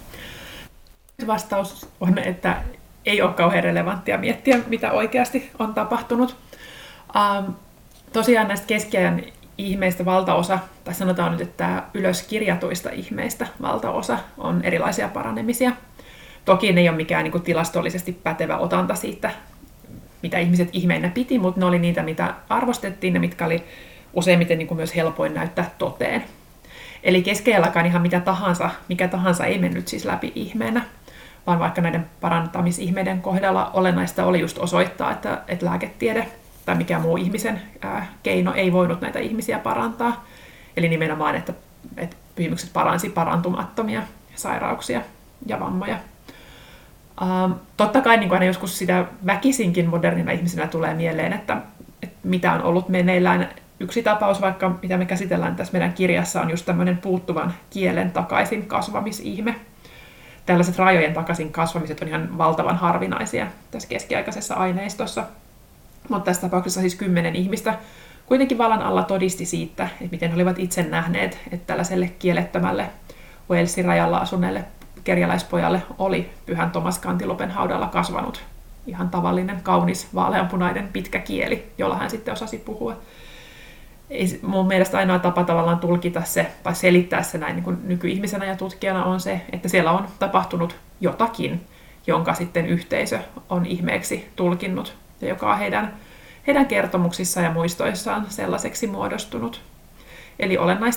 Vastaus on, että ei ole kauhean relevanttia miettiä, mitä oikeasti on tapahtunut. Ähm, tosiaan näistä keskiajan ihmeistä valtaosa, tai sanotaan nyt, että ylöskirjatuista ihmeistä valtaosa on erilaisia paranemisia. Toki ne ei ole mikään niin kuin tilastollisesti pätevä otanta siitä, mitä ihmiset ihmeinä piti, mutta ne oli niitä, mitä arvostettiin ja mitkä oli useimmiten niin kuin myös helpoin näyttää toteen. Eli keskiajallakaan ihan mitä tahansa, mikä tahansa ei mennyt siis läpi ihmeenä, vaan vaikka näiden parantamisihmeiden kohdalla olennaista oli just osoittaa, että, että lääketiede tai mikä muu ihmisen ää, keino ei voinut näitä ihmisiä parantaa. Eli nimenomaan, että, että pyhimykset paransi parantumattomia sairauksia ja vammoja. Ähm, totta kai niin aina joskus sitä väkisinkin modernina ihmisenä tulee mieleen, että, että mitä on ollut meneillään. Yksi tapaus, vaikka mitä me käsitellään tässä meidän kirjassa, on just tämmöinen puuttuvan kielen takaisin kasvamisihme. Tällaiset rajojen takaisin kasvamiset on ihan valtavan harvinaisia tässä keskiaikaisessa aineistossa. Mutta tässä tapauksessa siis kymmenen ihmistä kuitenkin vallan alla todisti siitä, että miten he olivat itse nähneet, että tällaiselle kielettömälle Walesin rajalla asuneelle kerjäläispojalle oli Pyhän Thomas Kantilopen haudalla kasvanut ihan tavallinen, kaunis, vaaleanpunainen, pitkä kieli, jolla hän sitten osasi puhua. Ei, mun mielestä ainoa tapa tavallaan tulkita se tai selittää se näin niin kuin nykyihmisenä ja tutkijana on se, että siellä on tapahtunut jotakin, jonka sitten yhteisö on ihmeeksi tulkinnut ja joka on heidän, heidän kertomuksissaan ja muistoissaan sellaiseksi muodostunut. Eli olennaista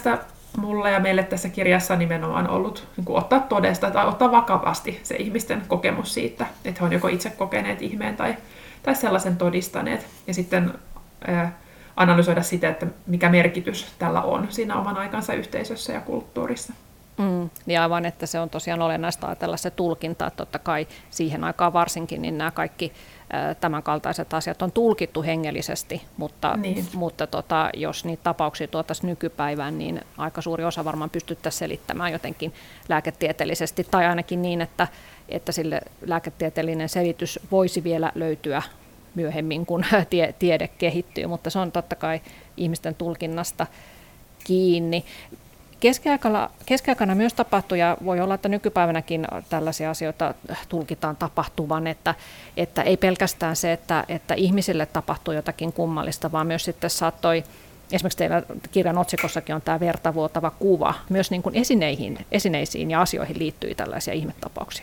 mulle ja meille tässä kirjassa nimenomaan ollut niin kuin ottaa todesta tai ottaa vakavasti se ihmisten kokemus siitä, että he on joko itse kokeneet ihmeen tai, tai sellaisen todistaneet. Ja sitten ää, analysoida sitä, että mikä merkitys tällä on siinä oman aikansa yhteisössä ja kulttuurissa. Mm, ja aivan, että se on tosiaan olennaista ajatella se tulkinta, että totta kai siihen aikaan varsinkin niin nämä kaikki ä, tämänkaltaiset asiat on tulkittu hengellisesti, mutta, niin. mutta tota, jos niitä tapauksia tuotaisiin nykypäivään, niin aika suuri osa varmaan pystyttäisiin selittämään jotenkin lääketieteellisesti, tai ainakin niin, että, että sille lääketieteellinen selitys voisi vielä löytyä myöhemmin, kun tie, tiede kehittyy, mutta se on totta kai ihmisten tulkinnasta kiinni. Keskiaikana, keskiaikana myös tapahtui, ja voi olla, että nykypäivänäkin tällaisia asioita tulkitaan tapahtuvan, että, että ei pelkästään se, että, että ihmisille tapahtuu jotakin kummallista, vaan myös sitten saattoi, esimerkiksi teillä kirjan otsikossakin on tämä vertavuotava kuva, myös niin kuin esineihin, esineisiin ja asioihin liittyy tällaisia ihmetapauksia.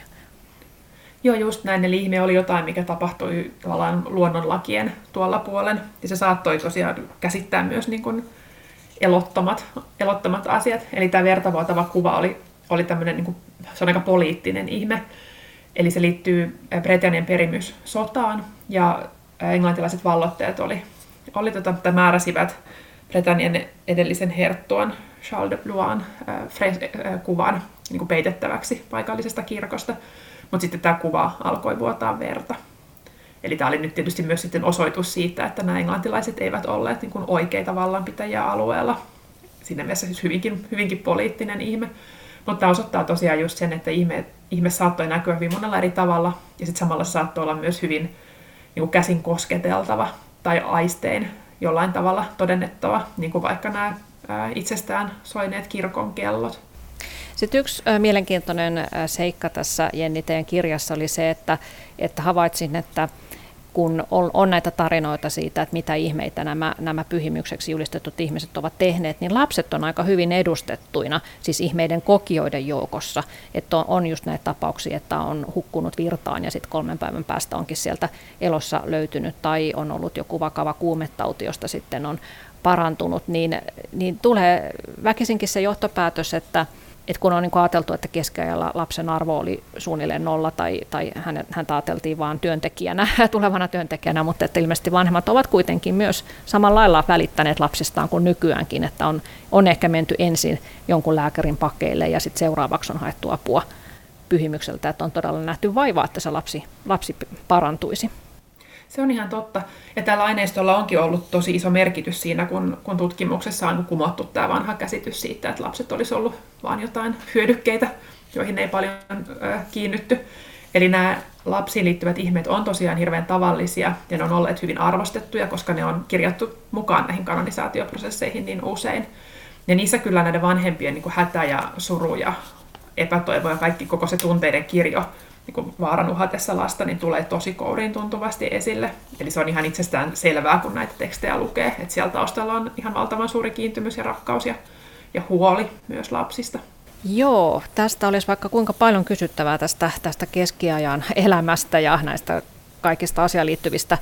Joo, just näin. Eli ihme oli jotain, mikä tapahtui tavallaan luonnonlakien tuolla puolen, ja se saattoi tosiaan käsittää myös niin kuin elottomat, elottomat asiat. Eli tämä vertavuotava kuva oli, oli tämmöinen, niin kuin, se on aika poliittinen ihme. Eli se liittyy Britannian perimyssotaan, ja englantilaiset vallotteet oli, oli tota, määräsivät Britannian edellisen herttuan Charles de Blois äh, kuvan niin kuin peitettäväksi paikallisesta kirkosta. Mutta sitten tämä kuva alkoi vuotaa verta. Eli tämä oli nyt tietysti myös sitten osoitus siitä, että nämä englantilaiset eivät olleet niin kuin oikeita vallanpitäjiä alueella. Siinä mielessä siis hyvinkin, hyvinkin poliittinen ihme. Mutta tämä osoittaa tosiaan just sen, että ihme, ihme saattoi näkyä hyvin monella eri tavalla. Ja sitten samalla saattoi olla myös hyvin niin kuin käsin kosketeltava tai aistein jollain tavalla todennettava, niin kuin vaikka nämä ää, itsestään soineet kirkon kellot. Sitten yksi ä, mielenkiintoinen ä, seikka tässä Jenni teidän kirjassa oli se, että, että havaitsin, että kun on, on näitä tarinoita siitä, että mitä ihmeitä nämä, nämä pyhimykseksi julistetut ihmiset ovat tehneet, niin lapset on aika hyvin edustettuina, siis ihmeiden kokijoiden joukossa. Että on, on just näitä tapauksia, että on hukkunut virtaan ja sitten kolmen päivän päästä onkin sieltä elossa löytynyt, tai on ollut joku vakava kuumetauti, josta sitten on parantunut, niin, niin tulee väkisinkin se johtopäätös, että Et kun on niin ajateltu, että keskiajalla lapsen arvo oli suunnilleen nolla tai, tai häntä ajateltiin vain työntekijänä, tulevana työntekijänä, mutta että ilmeisesti vanhemmat ovat kuitenkin myös samalla lailla välittäneet lapsistaan kuin nykyäänkin, että on, on ehkä menty ensin jonkun lääkärin pakeille ja sitten seuraavaksi on haettu apua pyhimykseltä, että on todella nähty vaivaa, että se lapsi, lapsi parantuisi. Se on ihan totta. Ja tällä aineistolla onkin ollut tosi iso merkitys siinä, kun, kun tutkimuksessa on kumottu tämä vanha käsitys siitä, että lapset olisi ollut vain jotain hyödykkeitä, joihin ei paljon ö, kiinnytty. Eli nämä lapsiin liittyvät ihmeet on tosiaan hirveän tavallisia ja ne on olleet hyvin arvostettuja, koska ne on kirjattu mukaan näihin kanonisaatioprosesseihin niin usein. Ja niissä kyllä näiden vanhempien niin kuin hätä ja suru ja epätoivo ja kaikki koko se tunteiden kirjo niin vaaran uhatessa lasta, niin tulee tosi kouriin tuntuvasti esille. Eli se on ihan itsestään selvää, kun näitä tekstejä lukee, että siellä taustalla on ihan valtavan suuri kiintymys ja rakkaus ja, ja huoli myös lapsista. Joo, tästä olisi vaikka kuinka paljon kysyttävää tästä, tästä keskiajan elämästä ja näistä kaikista asiaan liittyvistä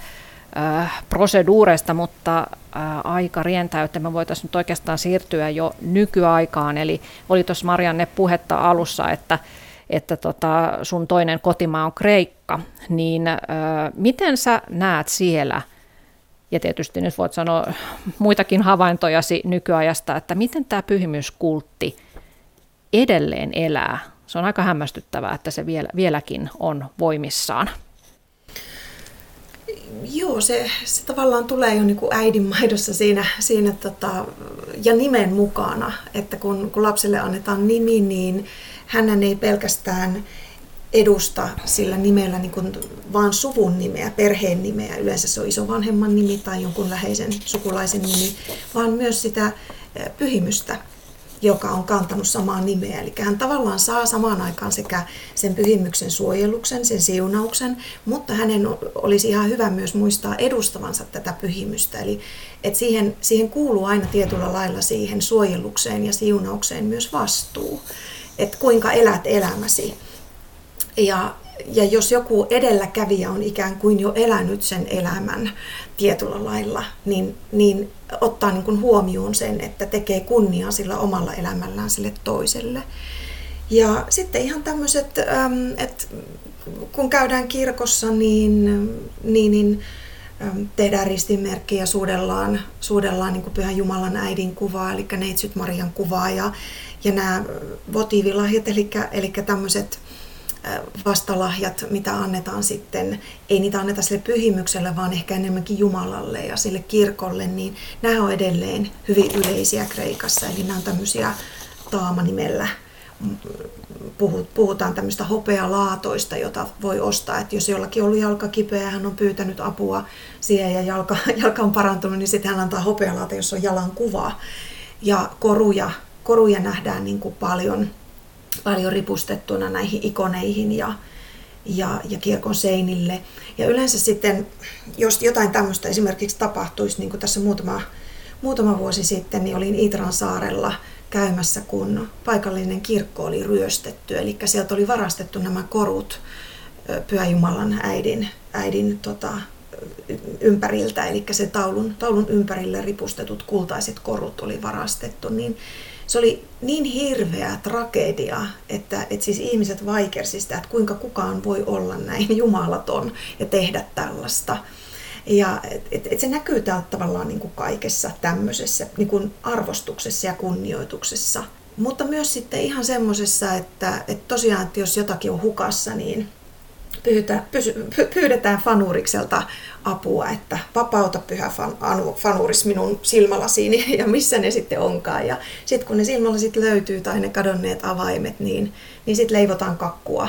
äh, proseduureista, mutta äh, aika rientää, että me voitaisiin nyt oikeastaan siirtyä jo nykyaikaan. Eli oli tuossa Marianne puhetta alussa, että että tota, sun toinen kotimaa on Kreikka, niin ö, miten sä näet siellä, ja tietysti nyt voit sanoa muitakin havaintojasi nykyajasta, että miten tämä pyhimyskultti edelleen elää? Se on aika hämmästyttävää, että se vielä, vieläkin on voimissaan. Joo, se, se tavallaan tulee jo niin kuin äidinmaidossa siinä, siinä tota, ja nimen mukana, että kun, kun lapselle annetaan nimi, niin hän ei pelkästään edusta sillä nimellä niin kuin vaan suvun nimeä, perheen nimeä, yleensä se on isovanhemman nimi tai jonkun läheisen sukulaisen nimi, vaan myös sitä pyhimystä, joka on kantanut samaa nimeä. Eli hän tavallaan saa samaan aikaan sekä sen pyhimyksen suojeluksen, sen siunauksen, mutta hänen olisi ihan hyvä myös muistaa edustavansa tätä pyhimystä. Eli että siihen, siihen kuuluu aina tietyllä lailla siihen suojelukseen ja siunaukseen myös vastuu, että kuinka elät elämäsi. Ja, ja jos joku edelläkävijä on ikään kuin jo elänyt sen elämän tietyllä lailla, niin, niin ottaa niin kuin huomioon sen, että tekee kunniaa sillä omalla elämällään sille toiselle. Ja sitten ihan tämmöiset, että kun käydään kirkossa, niin, niin, niin tehdään ristinmerkki ja suudellaan, suudellaan niin kuin Pyhän Jumalan äidin kuvaa, eli Neitsyt Marian kuvaa ja, ja nämä votiivilahjat, eli, eli tämmöiset vastalahjat, mitä annetaan sitten, ei niitä anneta sille pyhimykselle, vaan ehkä enemmänkin Jumalalle ja sille kirkolle, niin nämä on edelleen hyvin yleisiä Kreikassa, eli nämä on tämmöisiä Taama-nimellä. Puhutaan tämmöistä hopealaatoista, jota voi ostaa, että jos jollakin on ollut jalka kipeä, hän on pyytänyt apua siihen ja jalka, jalka on parantunut, niin sitten hän antaa hopealaata, jos on jalan kuva. Ja koruja, koruja nähdään niin kuin paljon, paljon ripustettuna näihin ikoneihin ja, ja, ja kirkon seinille. Ja yleensä sitten, jos jotain tämmöistä esimerkiksi tapahtuisi, niin kuin tässä muutama, muutama vuosi sitten, niin olin Itran saarella käymässä, kun paikallinen kirkko oli ryöstetty. Eli sieltä oli varastettu nämä korut Pyhän Jumalan äidin, äidin tota, ympäriltä. Eli se taulun, taulun ympärille ripustetut kultaiset korut oli varastettu. Niin se oli niin hirveä tragedia, että, että siis ihmiset vaikersi sitä, että kuinka kukaan voi olla näin jumalaton ja tehdä tällaista. Ja et, et se näkyy täältä tavallaan niin kuin kaikessa tämmöisessä niin kuin arvostuksessa ja kunnioituksessa. Mutta myös sitten ihan semmoisessa, että, että tosiaan, että jos jotakin on hukassa, niin pyydetään, pysy, pyydetään fanurikselta apua, että vapauta pyhä fan, fanuris minun silmälasiini ja missä ne sitten onkaan. Ja sitten kun ne silmälasit löytyy tai ne kadonneet avaimet, niin, niin sitten leivotaan kakkua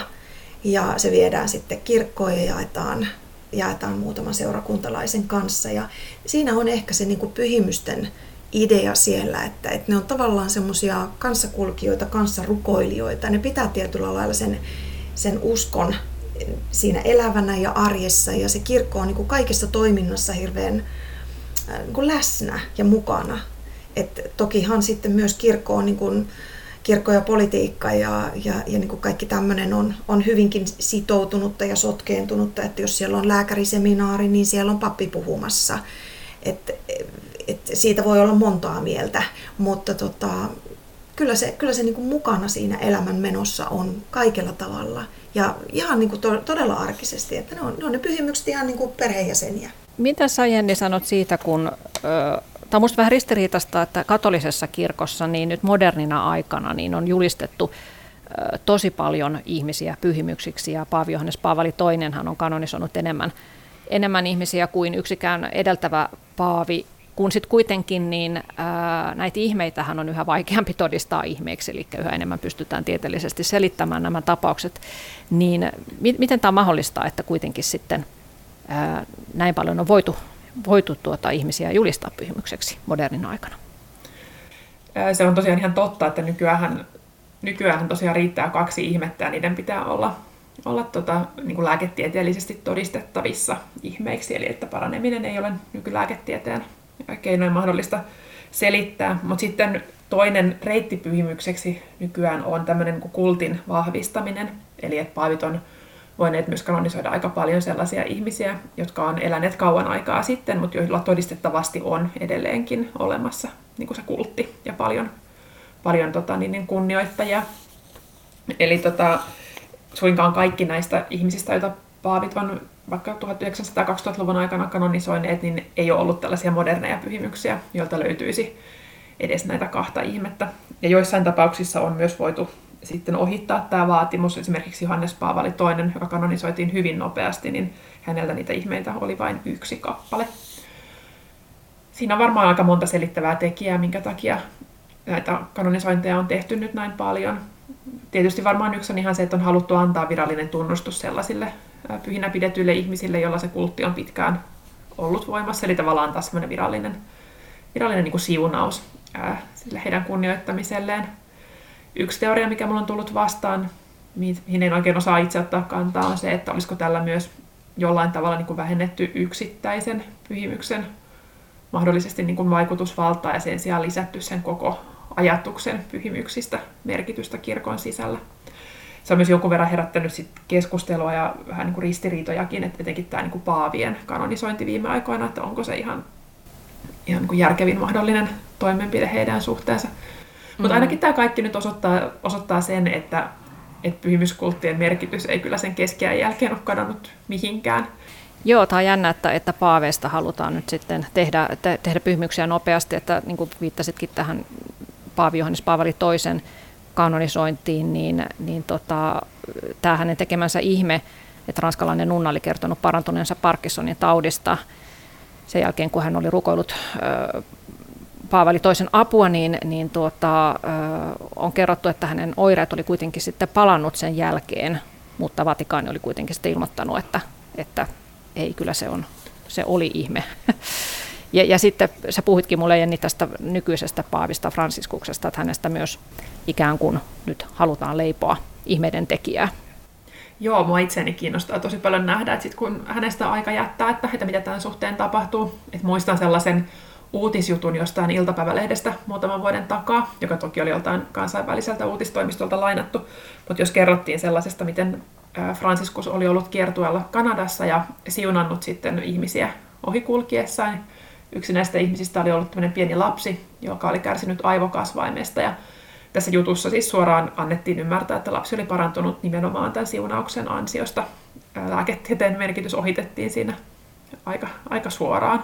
ja se viedään sitten kirkkoon ja jaetaan. jaetaan muutaman seurakuntalaisen kanssa. Ja siinä on ehkä se niin kuin pyhimysten idea siellä, että, että ne on tavallaan semmoisia kanssakulkijoita, kanssarukoilijoita. Ne pitää tietyllä lailla sen, sen uskon siinä elävänä ja arjessa. Ja se kirkko on niin kuin kaikessa toiminnassa hirveän niin kuin läsnä ja mukana. Et tokihan sitten myös kirkko on niin kuin kirkko ja politiikka ja, ja, ja niin kuin kaikki tämmöinen on, on hyvinkin sitoutunutta ja sotkeentunutta, että jos siellä on lääkäriseminaari, niin siellä on pappi puhumassa. Et, et siitä voi olla montaa mieltä, mutta tota, kyllä se, kyllä se niin kuin mukana siinä elämän menossa on kaikella tavalla ja ihan niin kuin to, todella arkisesti, että ne on ne, on ne pyhimykset ihan niin kuin perheenjäseniä. Mitä sä, Jenni, sanot siitä, kun... Ö... Tämä on minusta vähän ristiriitaista, että katolisessa kirkossa niin nyt modernina aikana niin on julistettu ö, tosi paljon ihmisiä pyhimyksiksi ja Paavi Johannes Paavali toinenhan on kanonisoinut enemmän, enemmän ihmisiä kuin yksikään edeltävä paavi, kun sitten kuitenkin niin, ää, näitä ihmeitähän on yhä vaikeampi todistaa ihmeiksi, eli yhä enemmän pystytään tieteellisesti selittämään nämä tapaukset, niin mi- miten tämä on mahdollista, että kuitenkin sitten ää, näin paljon on voitu voitu tuota ihmisiä julistaa pyhimykseksi modernin aikana? Se on tosiaan ihan totta, että nykyään, nykyään tosiaan riittää kaksi ihmettä ja niiden pitää olla, olla tota, niin kuin lääketieteellisesti todistettavissa ihmeiksi, eli että paraneminen ei ole nykylääketieteen keinoin mahdollista selittää. Mutta sitten toinen reitti pyhimykseksi nykyään on tämmöinen niin kuin kultin vahvistaminen, eli että paavit on voineet myös kanonisoida aika paljon sellaisia ihmisiä, jotka on eläneet kauan aikaa sitten, mutta joilla todistettavasti on edelleenkin olemassa niin kuin se kultti ja paljon, paljon tota, niin kunnioittajia. Eli tota, suinkaan kaikki näistä ihmisistä, joita paavit on vaikka tuhatyhdeksänsataakaksituhattaluvun aikana kanonisoineet, niin ei ole ollut tällaisia moderneja pyhimyksiä, joilta löytyisi edes näitä kahta ihmettä. Ja joissain tapauksissa on myös voitu sitten ohittaa tämä vaatimus. Esimerkiksi Johannes Paavali toinen, joka kanonisoitiin hyvin nopeasti, niin häneltä niitä ihmeitä oli vain yksi kappale. Siinä on varmaan aika monta selittävää tekijää, minkä takia näitä kanonisointeja on tehty nyt näin paljon. Tietysti varmaan yksi on ihan se, että on haluttu antaa virallinen tunnustus sellaisille pyhinä pidetyille ihmisille, joilla se kultti on pitkään ollut voimassa, eli tavallaan antaa semmoinen virallinen, virallinen niin kuin siunaus ää, sille heidän kunnioittamiselleen. Yksi teoria, mikä mulla on tullut vastaan, mihin en oikein osaa itse ottaa kantaa, on se, että olisiko tällä myös jollain tavalla niin kuin vähennetty yksittäisen pyhimyksen mahdollisesti niin kuin vaikutusvaltaa ja sen sijaan lisätty sen koko ajatuksen pyhimyksistä merkitystä kirkon sisällä. se on myös jonkun verran herättänyt sit keskustelua ja vähän niin kuin ristiriitojakin, että etenkin tämä niin kuin paavien kanonisointi viime aikoina, että onko se ihan, ihan niin kuin järkevin mahdollinen toimenpide heidän suhteensa. Mm-hmm. Mutta ainakin tämä kaikki nyt osoittaa, osoittaa sen, että, että pyhimyskulttien merkitys ei kyllä sen keskiajan jälkeen ole kadonnut mihinkään. Joo, tämä on jännä, että, että paaveista halutaan nyt sitten tehdä, te, tehdä pyhimyksiä nopeasti, että niin kuin viittasitkin tähän Paavi Johannes Paavali toisen kanonisointiin, niin, niin tota, tämä hänen tekemänsä ihme, että ranskalainen nunna oli kertonut parantuneensa Parkinsonin taudista sen jälkeen, kun hän oli rukoillut ö, Paavali toisen apua, niin, niin tuota, ö, on kerrottu, että hänen oireet oli kuitenkin sitten palannut sen jälkeen, mutta Vatikaani oli kuitenkin sitten ilmoittanut, että, että ei, kyllä se, on, se oli ihme. Ja, ja sitten sä puhuitkin mulle, Jenni, tästä nykyisestä paavista Franciskuksesta, että hänestä myös ikään kuin nyt halutaan leipoa ihmeiden tekijää. Joo, mua itseäni kiinnostaa tosi paljon nähdä, että sit kun hänestä aika jättää, että, että mitä tämän suhteen tapahtuu. Et muistan sellaisen uutisjutun jostain iltapäivälehdestä muutaman vuoden takaa, joka toki oli joltain kansainväliseltä uutistoimistolta lainattu, mutta jos kerrottiin sellaisesta, miten Franciscus oli ollut kiertueella Kanadassa ja siunannut sitten ihmisiä ohikulkiessaan. Yksi näistä ihmisistä oli ollut tämmöinen pieni lapsi, joka oli kärsinyt aivokasvaimesta. Ja tässä jutussa siis suoraan annettiin ymmärtää, että lapsi oli parantunut nimenomaan tämän siunauksen ansiosta. Lääketieteen merkitys ohitettiin siinä aika, aika suoraan.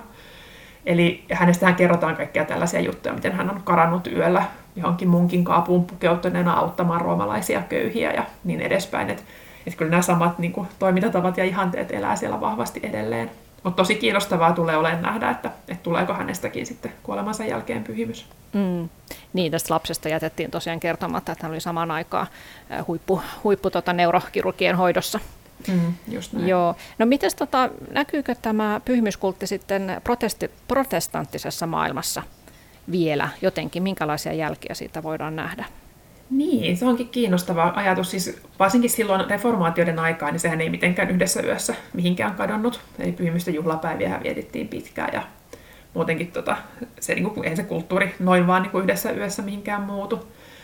Eli hänestähän kerrotaan kaikkia tällaisia juttuja, miten hän on karannut yöllä johonkin munkin kaapuun pukeutuneena auttamaan roomalaisia köyhiä ja niin edespäin. Että et kyllä nämä samat niin kuin, toimintatavat ja ihanteet elää siellä vahvasti edelleen. Mutta tosi kiinnostavaa tulee olemaan nähdä, että, että tuleeko hänestäkin sitten kuolemansa jälkeen pyhimys. Mm. Niin, tästä lapsesta jätettiin tosiaan kertomatta, että hän oli samaan aikaan huippu, huippu tota, neurokirurgien hoidossa. Mm, just näin. Joo. No mites, tota, näkyykö tämä pyhimyskultti sitten protesti, protestanttisessa maailmassa vielä jotenkin? Minkälaisia jälkiä siitä voidaan nähdä? Niin, se onkin kiinnostava ajatus. Siis varsinkin silloin reformaatioiden aikaan, niin sehän ei mitenkään yhdessä yössä mihinkään kadonnut. Eli pyhimysten juhlapäiviä vietettiin pitkään ja muutenkin tota, se, niin kuin, eihän se kulttuuri noin vaan niin kuin yhdessä yössä mihinkään muutu.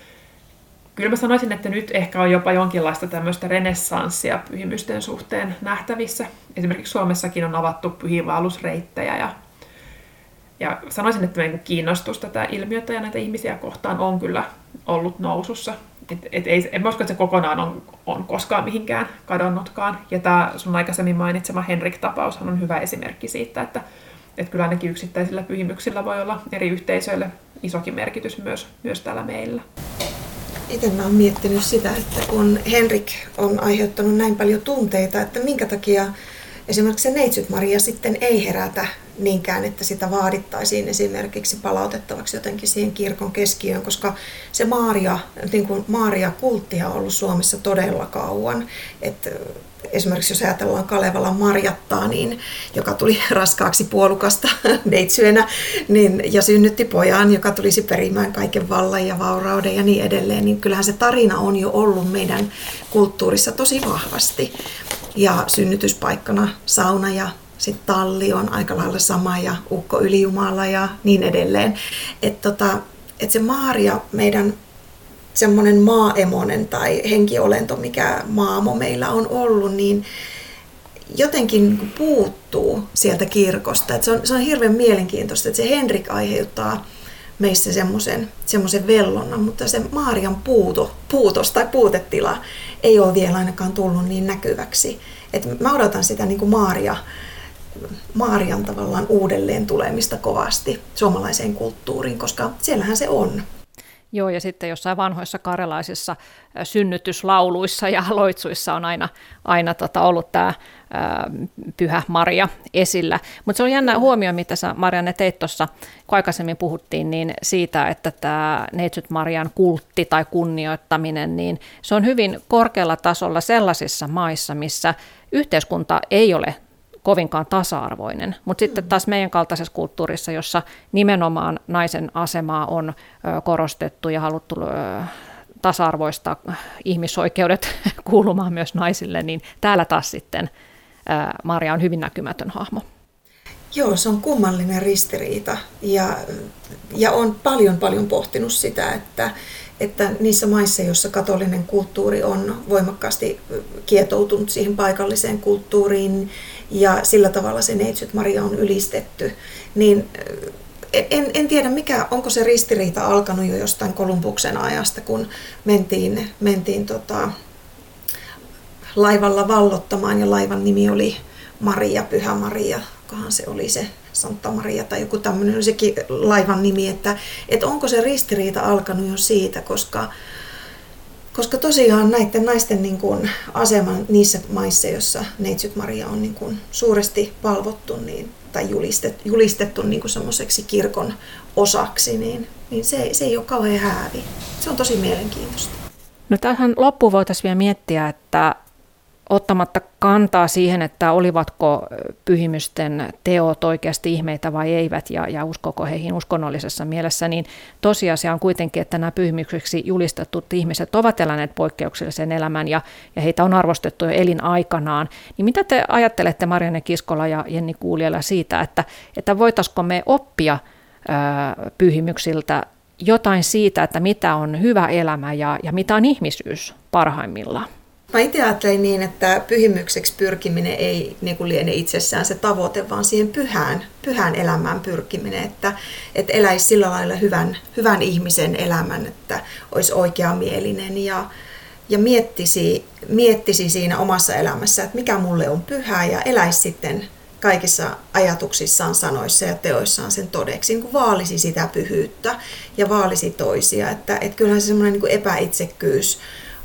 Kyllä mä sanoisin, että nyt ehkä on jopa jonkinlaista tämmöistä renessanssia pyhimysten suhteen nähtävissä. Esimerkiksi Suomessakin on avattu pyhiinvaellusreittejä ja, ja sanoisin, että kiinnostus tätä ilmiötä ja näitä ihmisiä kohtaan on kyllä ollut nousussa. Et, et ei, en usko, että se kokonaan on, on koskaan mihinkään kadonnutkaan. Ja tämä sun aikaisemmin mainitsema Henrik-tapaushan on hyvä esimerkki siitä, että et kyllä ainakin yksittäisillä pyhimyksillä voi olla eri yhteisöille isokin merkitys myös, myös täällä meillä. Itse mä oon miettinyt sitä, että kun Henrik on aiheuttanut näin paljon tunteita, että minkä takia esimerkiksi se Neitsyt Maria sitten ei herätä niinkään, että sitä vaadittaisiin esimerkiksi palautettavaksi jotenkin siihen kirkon keskiöön, koska se Maria, niin kuin Maria-kulttia on ollut Suomessa todella kauan. Että esimerkiksi jos ajatellaan Kalevalan Marjattaa, niin, joka tuli raskaaksi puolukasta neitsyönä niin, ja synnytti pojan, joka tulisi perimään kaiken vallan ja vaurauden ja niin edelleen, niin kyllähän se tarina on jo ollut meidän kulttuurissa tosi vahvasti. Ja synnytyspaikkana sauna ja sitten talli on aika lailla sama ja ukko ylijumala ja niin edelleen. Että tota, et se Maria, meidän semmoinen maaemonen tai henkiolento, mikä maamo meillä on ollut, niin jotenkin puuttuu sieltä kirkosta. Et se, on, se on hirveän mielenkiintoista, että se Henrik aiheuttaa meissä semmoisen, semmoisen vellonnan, mutta se Marian puuto, puutos tai puutetila ei ole vielä ainakaan tullut niin näkyväksi. Et mä odotan sitä niin kuin Maria, Marian tavallaan uudelleen tulemista kovasti suomalaiseen kulttuuriin, koska siellähän se on. Joo, ja sitten jossain vanhoissa karjalaisissa synnytyslauluissa ja loitsuissa on aina, aina tota ollut tämä ää, Pyhä Maria esillä. Mutta se on jännä huomio, mitä sä Marianne teit tuossa, kun aikaisemmin puhuttiin, niin siitä, että tämä Neitsyt Marian kultti tai kunnioittaminen, niin se on hyvin korkealla tasolla sellaisissa maissa, missä yhteiskunta ei ole kovinkaan tasa-arvoinen. Mutta sitten taas meidän kaltaisessa kulttuurissa, jossa nimenomaan naisen asemaa on korostettu ja haluttu tasa-arvoista ihmisoikeudet kuulumaan myös naisille, niin täällä taas sitten Maria on hyvin näkymätön hahmo. Joo, se on kummallinen ristiriita ja, ja olen paljon paljon pohtinut sitä, että, että niissä maissa, joissa katolinen kulttuuri on voimakkaasti kietoutunut siihen paikalliseen kulttuuriin ja sillä tavalla se Neitsyt Maria on ylistetty, niin en, en tiedä mikä, onko se ristiriita alkanut jo jostain Kolumbuksen ajasta, kun mentiin, mentiin tota, laivalla vallottamaan ja laivan nimi oli Maria, Pyhä Maria, kohan se oli se Santa Maria tai joku tämmöinen oli sekin laivan nimi, että, että onko se ristiriita alkanut jo siitä, koska, koska tosiaan näiden naisten niin kuin asema niissä maissa, joissa Neitsyt Maria on niin kuin suuresti palvottu niin, tai julistettu, julistettu niin kuin semmoiseksi kirkon osaksi, niin, niin se, se ei ole kauhean häävi. Se on tosi mielenkiintoista. No tähän loppuun voitaisiin vielä miettiä, että ottamatta kantaa siihen, että olivatko pyhimysten teot oikeasti ihmeitä vai eivät ja, ja uskoko heihin uskonnollisessa mielessä, niin tosiasia on kuitenkin, että nämä pyhimykseksi julistetut ihmiset ovat eläneet poikkeuksellisen elämän ja, ja heitä on arvostettu jo elinaikanaan. Niin mitä te ajattelette, Marianne Kiskola ja Jenni Kuuliala, siitä, että, että voitaisiko me oppia ää, pyhimyksiltä jotain siitä, että mitä on hyvä elämä ja, ja mitä on ihmisyys parhaimmillaan? Mä itse ajattelen niin, että pyhimykseksi pyrkiminen ei niin kuin liene itsessään se tavoite, vaan siihen pyhään, pyhään elämään pyrkiminen, että, että eläisi sillä lailla hyvän, hyvän ihmisen elämän, että olisi oikeamielinen ja, ja miettisi, miettisi siinä omassa elämässä, että mikä mulle on pyhää ja eläisi sitten kaikissa ajatuksissaan, sanoissa ja teoissaan sen todeksi, niin kuin vaalisi sitä pyhyyttä ja vaalisi toisia. Että, että kyllähän se semmoinen niin kuin epäitsekkyys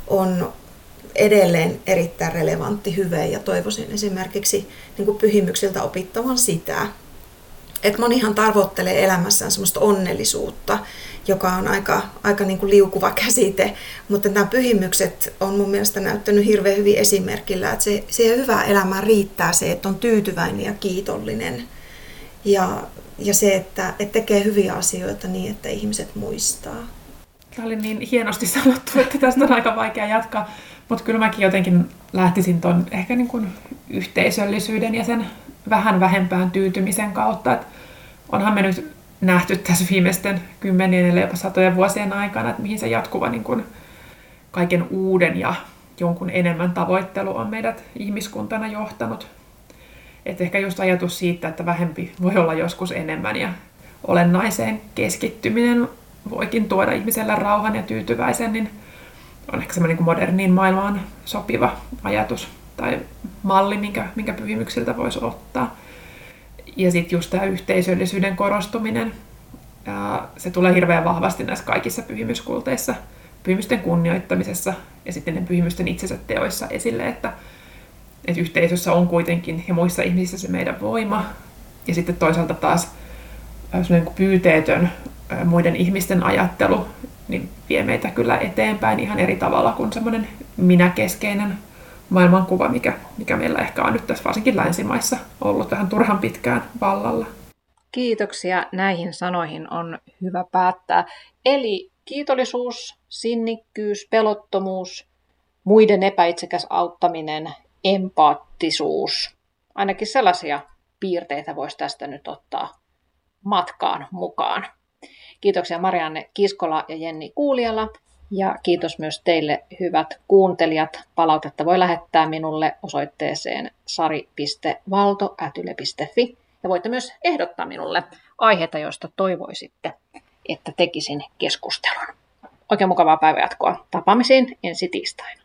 on edelleen erittäin relevantti hyve ja toivoisin esimerkiksi niin kuin pyhimyksiltä opittavan sitä, että monihan tavoittelee elämässään semmoista onnellisuutta, joka on aika, aika niin kuin liukuva käsite, mutta nämä pyhimykset on mun mielestä näyttänyt hirveän hyvin esimerkillä, että se, siihen hyvään elämään riittää se, että on tyytyväinen ja kiitollinen ja, ja se, että, että tekee hyviä asioita niin, että ihmiset muistaa. Tämä oli niin hienosti sanottu, että tästä on aika vaikea jatkaa, mutta kyllä mäkin jotenkin lähtisin tuon ehkä niin kuin yhteisöllisyyden ja sen vähän vähempään tyytymisen kautta. Että onhan me nyt nähty tässä viimeisten kymmenien ja jopa satojen vuosien aikana, että mihin se jatkuva niin kuin kaiken uuden ja jonkun enemmän tavoittelu on meidät ihmiskuntana johtanut. Että ehkä just ajatus siitä, että vähempi voi olla joskus enemmän ja olennaiseen keskittyminen voikin tuoda ihmiselle rauhan ja tyytyväisen, niin on ehkä semmoinen niin kuin moderniin maailmaan sopiva ajatus tai malli, minkä, minkä pyhimyksiltä voisi ottaa. Ja sitten just tämä yhteisöllisyyden korostuminen, ja se tulee hirveän vahvasti näissä kaikissa pyhimyskulteissa, pyhimysten kunnioittamisessa ja sitten ne pyhimysten itsensä teoissa esille, että, että yhteisössä on kuitenkin ja muissa ihmisissä se meidän voima. Ja sitten toisaalta taas semmoinen pyyteetön muiden ihmisten ajattelu niin vie meitä kyllä eteenpäin ihan eri tavalla kuin semmoinen minäkeskeinen maailmankuva, mikä, mikä meillä ehkä on nyt tässä varsinkin länsimaissa ollut vähän turhan pitkään vallalla. Kiitoksia. Näihin sanoihin on hyvä päättää. Eli kiitollisuus, sinnikkyys, pelottomuus, muiden epäitsekäs auttaminen, empaattisuus. Ainakin sellaisia piirteitä voisi tästä nyt ottaa matkaan mukaan. Kiitoksia Marianne Kiskola ja Jenni Kuuliala. Ja kiitos myös teille, hyvät kuuntelijat. Palautetta voi lähettää minulle osoitteeseen sari piste valto ät yle piste fi. Ja voitte myös ehdottaa minulle aiheita, joista toivoisitte, että tekisin keskustelun. Oikein mukavaa päivänjatkoa. Tapaamisiin ensi tiistaina.